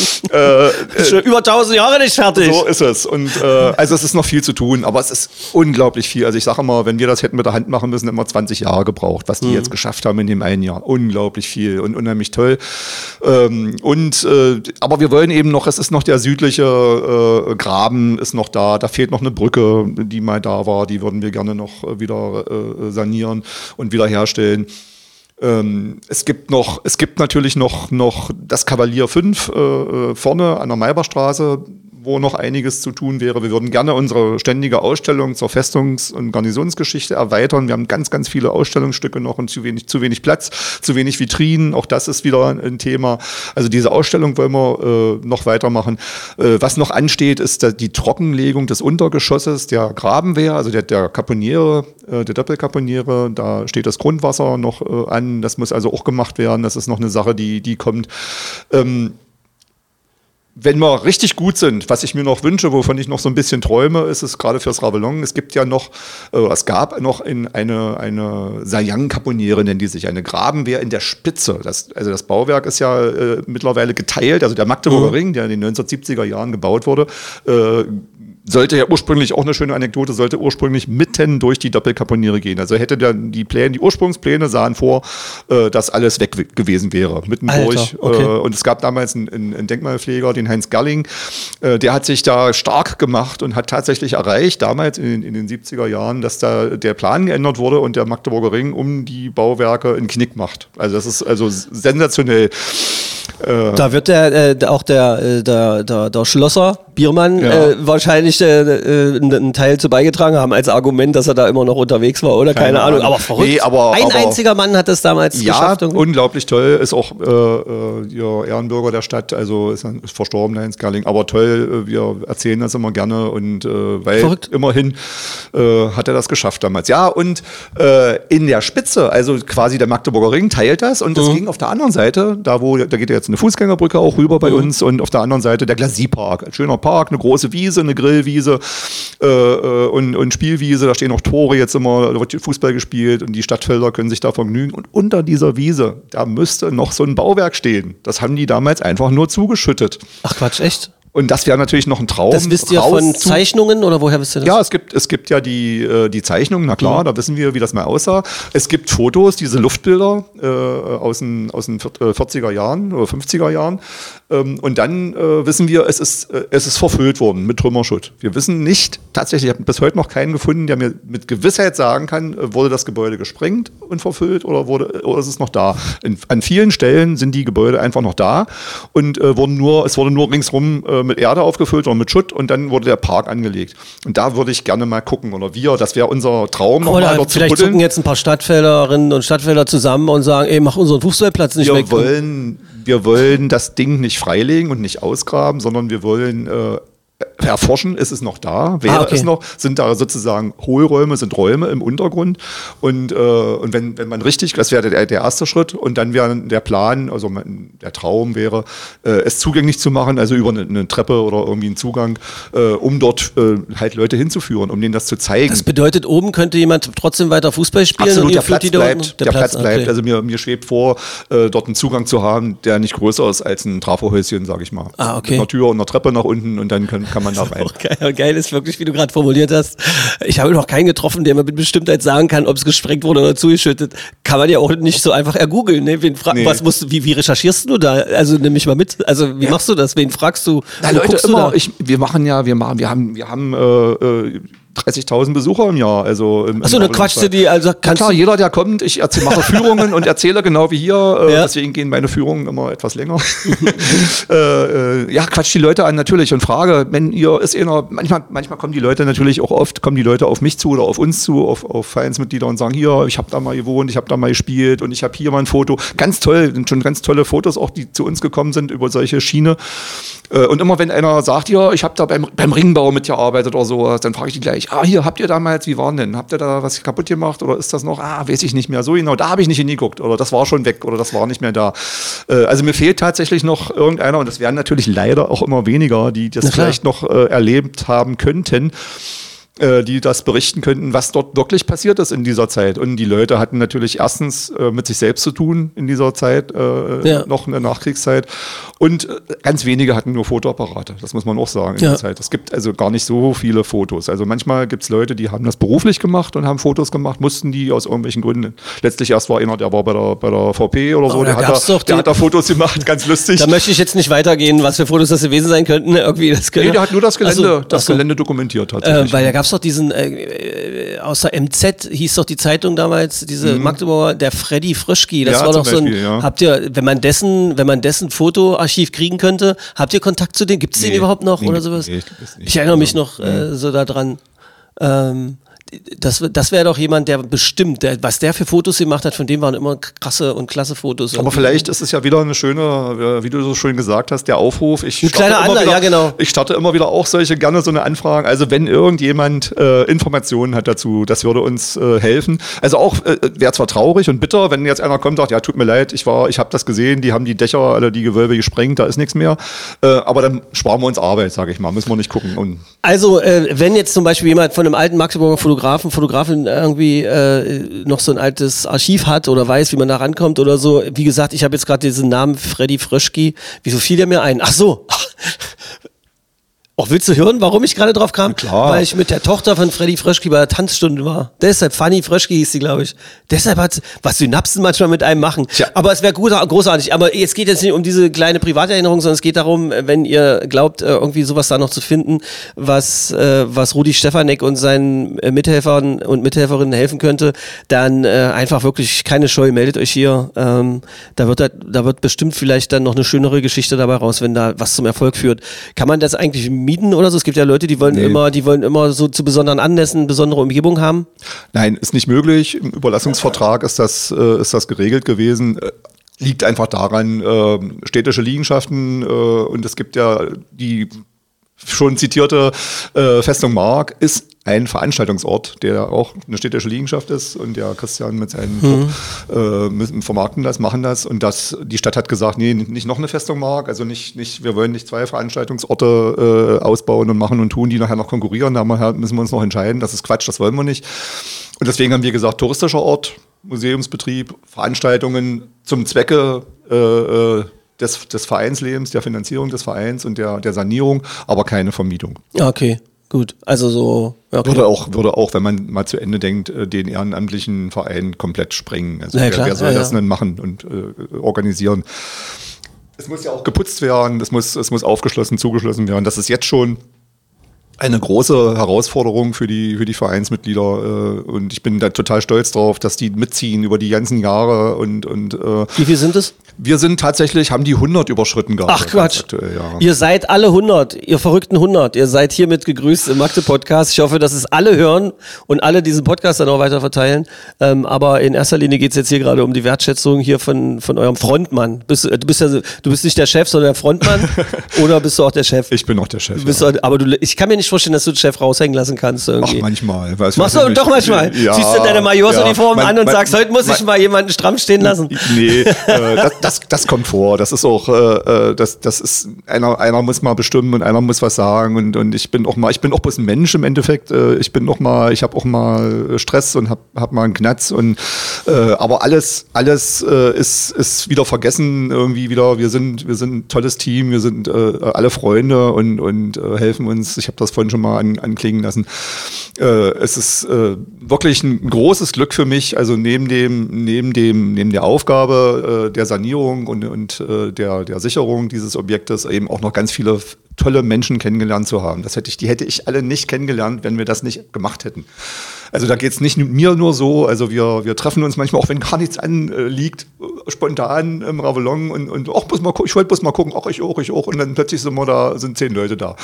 schon über 1000 Jahre nicht fertig. So ist es. Und also es ist noch viel zu tun, aber es ist unglaublich viel. Also ich sage immer, wenn wir das hätten mit der Hand machen müssen, hätten wir 20 Jahre gebraucht, was die jetzt geschafft haben in dem einen Jahr. Unglaublich viel und unheimlich toll. Aber wir wollen eben noch, es ist noch der südliche Graben Stadion ist noch da fehlt noch eine Brücke, die mal da war, die würden wir gerne noch wieder sanieren und wiederherstellen. Es gibt natürlich noch das Kavalier 5 vorne an der Maybachstraße, wo noch einiges zu tun wäre. Wir würden gerne unsere ständige Ausstellung zur Festungs- und Garnisonsgeschichte erweitern. Wir haben ganz, ganz viele Ausstellungsstücke noch und zu wenig Platz, zu wenig Vitrinen. Auch das ist wieder ein Thema. Also diese Ausstellung wollen wir noch weitermachen. Was noch ansteht, ist die Trockenlegung des Untergeschosses der Grabenwehr, also der Kaponiere, der Doppelkaponiere. Da steht das Grundwasser noch an. Das muss also auch gemacht werden. Das ist noch eine Sache, die kommt. Wenn wir richtig gut sind, was ich mir noch wünsche, wovon ich noch so ein bisschen träume, ist es gerade fürs Ravelon. Es gab noch eine Sayang-Kaponiere, nennen die sich, eine Grabenwehr in der Spitze. Das Bauwerk ist ja mittlerweile geteilt, also der Magdeburger Ring, der in den 1970er Jahren gebaut wurde, sollte ja ursprünglich, auch eine schöne Anekdote, sollte ursprünglich mitten durch die Doppelkaponiere gehen. Also hätte die Ursprungspläne sahen vor, dass alles weg gewesen wäre, mitten durch. Okay. Und es gab damals einen Denkmalpfleger, den Heinz Gerling, der hat sich da stark gemacht und hat tatsächlich erreicht, damals in den 70er Jahren, dass da der Plan geändert wurde und der Magdeburger Ring um die Bauwerke einen Knick macht. Also das ist also sensationell. Da wird auch der Schlosser Biermann wahrscheinlich einen Teil zu beigetragen haben als Argument, dass er da immer noch unterwegs war oder keine Ahnung. Aber verrückt. Nee, Ein einziger Mann hat das damals geschafft. Ja, unglaublich toll. Ist auch Ehrenbürger der Stadt, also ist verstorben, Heinz Gerling. Aber toll, wir erzählen das immer gerne und weil verrückt. Immerhin hat er das geschafft damals. Ja, und in der Spitze, also quasi der Magdeburger Ring teilt das und das ging auf der anderen Seite, da geht jetzt eine Fußgängerbrücke auch rüber bei uns und auf der anderen Seite der Glasiepark. Ein schöner Park, eine große Wiese, eine Grillwiese und Spielwiese. Da stehen auch Tore jetzt immer, da wird Fußball gespielt und die Stadtfelder können sich da vergnügen. Und unter dieser Wiese, da müsste noch so ein Bauwerk stehen. Das haben die damals einfach nur zugeschüttet. Ach Quatsch, echt? Und das wäre natürlich noch ein Traum. Das wisst ihr von Zeichnungen oder woher wisst ihr das? Ja, es gibt ja die Zeichnungen, na klar, da wissen wir, wie das mal aussah. Es gibt Fotos, diese Luftbilder aus den 40er Jahren oder 50er Jahren. Und dann wissen wir, es ist verfüllt worden mit Trümmerschutt. Wir wissen nicht, tatsächlich, ich habe bis heute noch keinen gefunden, der mir mit Gewissheit sagen kann, wurde das Gebäude gesprengt und verfüllt oder ist es noch da? An vielen Stellen sind die Gebäude einfach noch da und es wurde nur ringsrum mit Erde aufgefüllt oder mit Schutt und dann wurde der Park angelegt. Und da würde ich gerne mal gucken das wäre unser Traum. Oder vielleicht zucken jetzt ein paar Stadtfelderinnen und Stadtfelder zusammen und sagen, mach unseren Fußballplatz nicht weg. Wir wollen das Ding nicht freilegen und nicht ausgraben, sondern wir wollen erforschen, ist es noch da? Es noch? Sind da sozusagen Hohlräume, sind Räume im Untergrund? Und wenn man richtig, das wäre der erste Schritt, und dann wäre der Plan, also der Traum wäre, es zugänglich zu machen, also über eine Treppe oder irgendwie einen Zugang, um dort halt Leute hinzuführen, um denen das zu zeigen. Das bedeutet, oben könnte jemand trotzdem weiter Fußball spielen? Absolut, und der Platz bleibt. Der Platz bleibt. Okay. Also mir schwebt vor, dort einen Zugang zu haben, der nicht größer ist als ein Trafohäuschen, sage ich mal. Okay. Mit einer Tür und einer Treppe nach unten und dann kann man da rein. Geil ist wirklich, wie du gerade formuliert hast. Ich habe noch keinen getroffen, der mir mit Bestimmtheit sagen kann, ob es gesprengt wurde oder zugeschüttet. Kann man ja auch nicht so einfach ergoogeln. Ne? Wie recherchierst du da? Also nimm mich mal mit. Also wie machst du das? Wen fragst du? Na, Leute, immer. Wir haben 30.000 Besucher im Jahr. Also Achso, dann quatschst du die. Also klar, jeder, der kommt, ich mache Führungen und erzähle genau wie hier. Deswegen gehen meine Führungen immer etwas länger. Quatsch die Leute an natürlich und frage, wenn ihr manchmal kommen die Leute natürlich auch auf mich zu oder auf uns zu, auf Vereinsmitglieder und sagen, hier, ich habe da mal gewohnt, ich habe da mal gespielt und ich habe hier mal ein Foto. Ganz toll, sind schon ganz tolle Fotos auch, die zu uns gekommen sind über solche Schiene. Und immer wenn einer sagt, ja, ich habe da beim Ringbau mitgearbeitet oder so, dann frage ich die gleich, hier, habt ihr damals, wie waren denn? Habt ihr da was kaputt gemacht oder ist das noch, weiß ich nicht mehr, so genau, da habe ich nicht hingeguckt oder das war schon weg oder das war nicht mehr da. Also mir fehlt tatsächlich noch irgendeiner und das werden natürlich leider auch immer weniger, die das vielleicht noch erlebt haben könnten. die das berichten könnten, was dort wirklich passiert ist in dieser Zeit. Und die Leute hatten natürlich erstens mit sich selbst zu tun in dieser Zeit, noch in der Nachkriegszeit. Und ganz wenige hatten nur Fotoapparate, das muss man auch sagen in der Zeit. Es gibt also gar nicht so viele Fotos. Also manchmal gibt es Leute, die haben das beruflich gemacht und haben Fotos gemacht, mussten die aus irgendwelchen Gründen. Letztlich erst war einer, der war bei der VP oder so, der hat da Fotos gemacht, ganz lustig. Da möchte ich jetzt nicht weitergehen, was für Fotos das gewesen sein könnten. Irgendwie der hat nur das Gelände dokumentiert tatsächlich. Weil da gab es doch diesen, aus der MZ hieß doch die Zeitung damals, diese Magdeburger, der Freddy Frischki, das war doch so ein, habt ihr, wenn man dessen Fotoarchiv kriegen könnte, habt ihr Kontakt zu dem? Gibt es den überhaupt noch oder sowas? Nee, ich erinnere mich noch so daran. Das wäre doch jemand, der bestimmt, was der für Fotos gemacht hat, von dem waren immer krasse und klasse Fotos. Aber vielleicht ist es ja wieder eine schöne, wie du so schön gesagt hast, der Aufruf. Ein kleiner Anlass, ja genau. Ich starte immer wieder auch gerne so eine Anfragen. Also wenn irgendjemand Informationen hat dazu, das würde uns helfen. Also auch, wäre zwar traurig und bitter, wenn jetzt einer kommt und sagt, ja tut mir leid, ich habe das gesehen, die haben die Dächer, alle die Gewölbe gesprengt, da ist nichts mehr. Aber dann sparen wir uns Arbeit, sage ich mal, müssen wir nicht gucken. Also wenn jetzt zum Beispiel jemand von einem alten Magdeburger Fotografin irgendwie noch so ein altes Archiv hat oder weiß, wie man da rankommt oder so. Wie gesagt, ich habe jetzt gerade diesen Namen Freddy Frischki. Wieso fiel der mir ein? Ach so. Willst du hören, warum ich gerade drauf kam? Klar. Weil ich mit der Tochter von Freddy Frischki bei der Tanzstunde war. Deshalb, Fanny Frischki hieß sie, glaube ich. Deshalb hat was Synapsen manchmal mit einem machen. Tja. Aber es wäre großartig. Aber es geht jetzt nicht um diese kleine Privaterinnerung, sondern es geht darum, wenn ihr glaubt, irgendwie sowas da noch zu finden, was Rudi Stefanek und seinen Mithelfern und Mithelferinnen helfen könnte, dann einfach wirklich keine Scheu, meldet euch hier. Da wird bestimmt vielleicht dann noch eine schönere Geschichte dabei raus, wenn da was zum Erfolg führt. Kann man das eigentlich mieten oder so? Es gibt ja Leute, die wollen immer so zu besonderen Anlässen besondere Umgebung haben. Nein, ist nicht möglich. Im Überlassungsvertrag ist das geregelt gewesen. Liegt einfach daran, städtische Liegenschaften und es gibt ja die schon zitierte Festung Mark ist ein Veranstaltungsort, der auch eine städtische Liegenschaft ist und der Christian mit seinem Club vermarkten das, machen das und die Stadt hat gesagt, nee, nicht noch eine Festung Mark, also nicht, wir wollen nicht 2 Veranstaltungsorte ausbauen und machen und tun, die nachher noch konkurrieren, da müssen wir uns noch entscheiden, das ist Quatsch, das wollen wir nicht. Und deswegen haben wir gesagt, touristischer Ort, Museumsbetrieb, Veranstaltungen zum Zwecke des Vereinslebens, der Finanzierung des Vereins und der Sanierung, aber keine Vermietung. Okay, gut. Also so. Okay. Würde auch, wenn man mal zu Ende denkt, den ehrenamtlichen Verein komplett sprengen. Also wer soll das denn machen und organisieren? Es muss ja auch geputzt werden, es muss aufgeschlossen, zugeschlossen werden. Das ist jetzt schon eine große Herausforderung für die Vereinsmitglieder und ich bin da total stolz drauf, dass die mitziehen über die ganzen Jahre und Wie viel sind es? Wir sind tatsächlich, haben die 100 überschritten gehabt. Ach Quatsch. Aktuell, ja. Ihr seid alle 100, ihr verrückten 100. Ihr seid hiermit gegrüßt im Magde-Podcast. Ich hoffe, dass es alle hören und alle diesen Podcast dann auch weiter verteilen. Aber in erster Linie geht es jetzt hier gerade um die Wertschätzung hier von eurem Frontmann. Du bist nicht der Chef, sondern der Frontmann. Oder bist du auch der Chef? Ich bin auch der Chef. Aber ich kann mir nicht vorstellen, dass du den Chef raushängen lassen kannst. Irgendwie. Ach, manchmal. Machst du doch manchmal. Ja, ziehst du deine Majorsuniform an und sagst, heute muss ich mal jemanden stramm stehen lassen. Nee, das kommt vor. Das ist auch, das ist, einer muss mal bestimmen und einer muss was sagen und ich bin auch bloß ein Mensch im Endeffekt. Ich habe auch mal Stress und hab mal einen Knatz aber alles ist wieder vergessen irgendwie wieder. Wir sind ein tolles Team, wir sind alle Freunde und helfen uns. Ich habe das vorhin schon mal anklingen lassen. Es ist wirklich ein großes Glück für mich, also neben der Aufgabe der Sanierung und der Sicherung dieses Objektes eben auch noch ganz viele tolle Menschen kennengelernt zu haben. Die hätte ich alle nicht kennengelernt, wenn wir das nicht gemacht hätten. Also da geht es nicht mir nur so, also wir treffen uns manchmal, auch wenn gar nichts anliegt, spontan im Ravelon und ich wollte bloß mal gucken, ich auch und dann plötzlich sind 10 Leute da.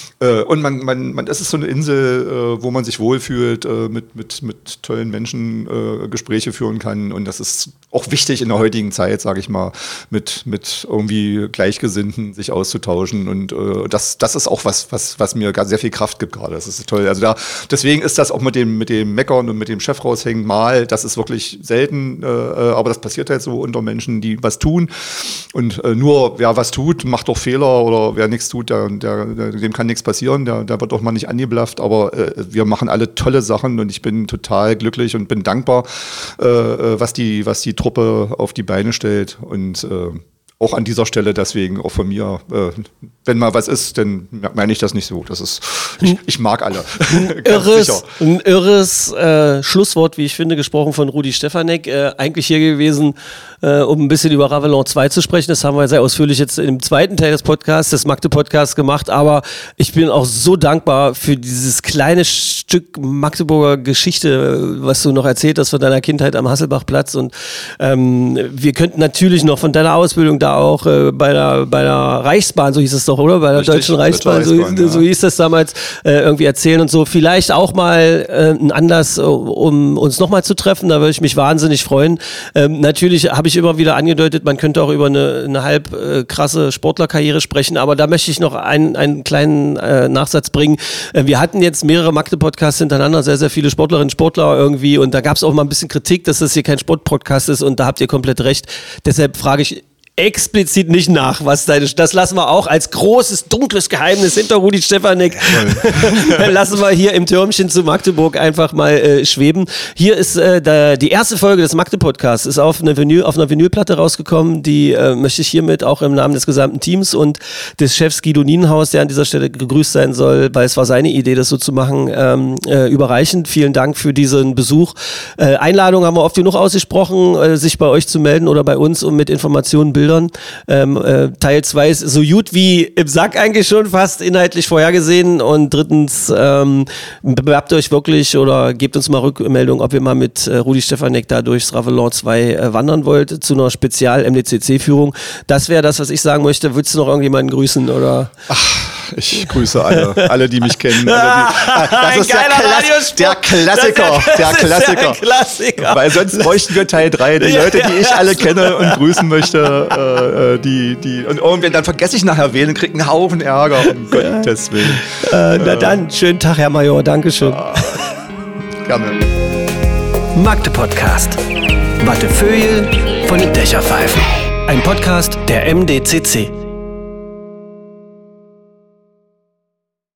Und das ist so eine Insel, wo man sich wohlfühlt, mit tollen Menschen Gespräche führen kann und das ist auch wichtig in der heutigen Zeit, sage ich mal, mit irgendwie Gleichgesinnten sich auszutauschen und das ist auch was mir sehr viel Kraft gibt gerade. Das ist toll. Also deswegen ist das auch mit dem Meckern und mit dem Chef raushängen mal, das ist wirklich selten, aber das passiert halt so unter Menschen, die was tun. Und nur wer was tut, macht doch Fehler, oder wer nichts tut, dem kann nichts passieren, der wird doch mal nicht angeblafft. Aber wir machen alle tolle Sachen und ich bin total glücklich und bin dankbar, was die Truppe auf die Beine stellt. Und auch an dieser Stelle deswegen auch von mir, wenn mal was ist, dann meine ich das nicht so. Das ist, ich mag alle. Ein irres Schlusswort, wie ich finde, gesprochen von Rudi Stefanek. Eigentlich hier gewesen, um ein bisschen über Ravelin 2 zu sprechen. Das haben wir sehr ausführlich jetzt im zweiten Teil des Podcasts, des Magde-Podcasts gemacht. Aber ich bin auch so dankbar für dieses kleine Stück Magdeburger Geschichte, was du noch erzählt hast von deiner Kindheit am Hasselbachplatz. Und wir könnten natürlich noch von deiner Ausbildung da auch bei der Reichsbahn, so hieß es doch, oder? Bei der Deutschen Reichsbahn, so hieß das damals, irgendwie erzählen und so. Vielleicht auch mal ein Anlass, um uns nochmal zu treffen. Da würde ich mich wahnsinnig freuen. Natürlich habe ich immer wieder angedeutet, man könnte auch über eine halb krasse Sportlerkarriere sprechen, aber da möchte ich noch einen kleinen Nachsatz bringen. Wir hatten jetzt mehrere Magde-Podcasts hintereinander, sehr, sehr viele Sportlerinnen und Sportler irgendwie, und da gab es auch mal ein bisschen Kritik, dass das hier kein Sportpodcast ist, und da habt ihr komplett recht. Deshalb frage ich explizit nicht nach, das lassen wir auch als großes, dunkles Geheimnis hinter Rudi Stefanek. Lassen wir hier im Türmchen zu Magdeburg einfach mal schweben. Hier ist die erste Folge des Magde-Podcasts, ist auf einer Vinylplatte rausgekommen, die möchte ich hiermit auch im Namen des gesamten Teams und des Chefs Guido Nienhaus, der an dieser Stelle gegrüßt sein soll, weil es war seine Idee, das so zu machen, überreichen. Vielen Dank für diesen Besuch. Einladung haben wir oft genug ausgesprochen, sich bei euch zu melden oder bei uns, um mit Informationen, Bildern. Teil 2 ist so gut wie im Sack eigentlich schon fast inhaltlich vorhergesehen. Und drittens, bewerbt euch wirklich oder gebt uns mal Rückmeldung, ob ihr mal mit Rudi Stefanek da durchs Ravelin 2 wandern wollt, zu einer Spezial-MDCC-Führung. Das wäre das, was ich sagen möchte. Würdest du noch irgendjemanden grüßen? Oder? Ach, ich grüße alle, die mich kennen. Das ist der Klassiker. Der Klassiker. Weil sonst bräuchten wir Teil 3. Die Leute, die ich alle kenne und grüßen möchte, und irgendwann, dann vergesse ich nachher wählen und kriege einen Haufen Ärger, um Gottes Willen. Na dann, schönen Tag, Herr Major, Dankeschön. Gerne. Magde-Podcast. Wattefeuille von den Dächerpfeifen. Ein Podcast der MDCC.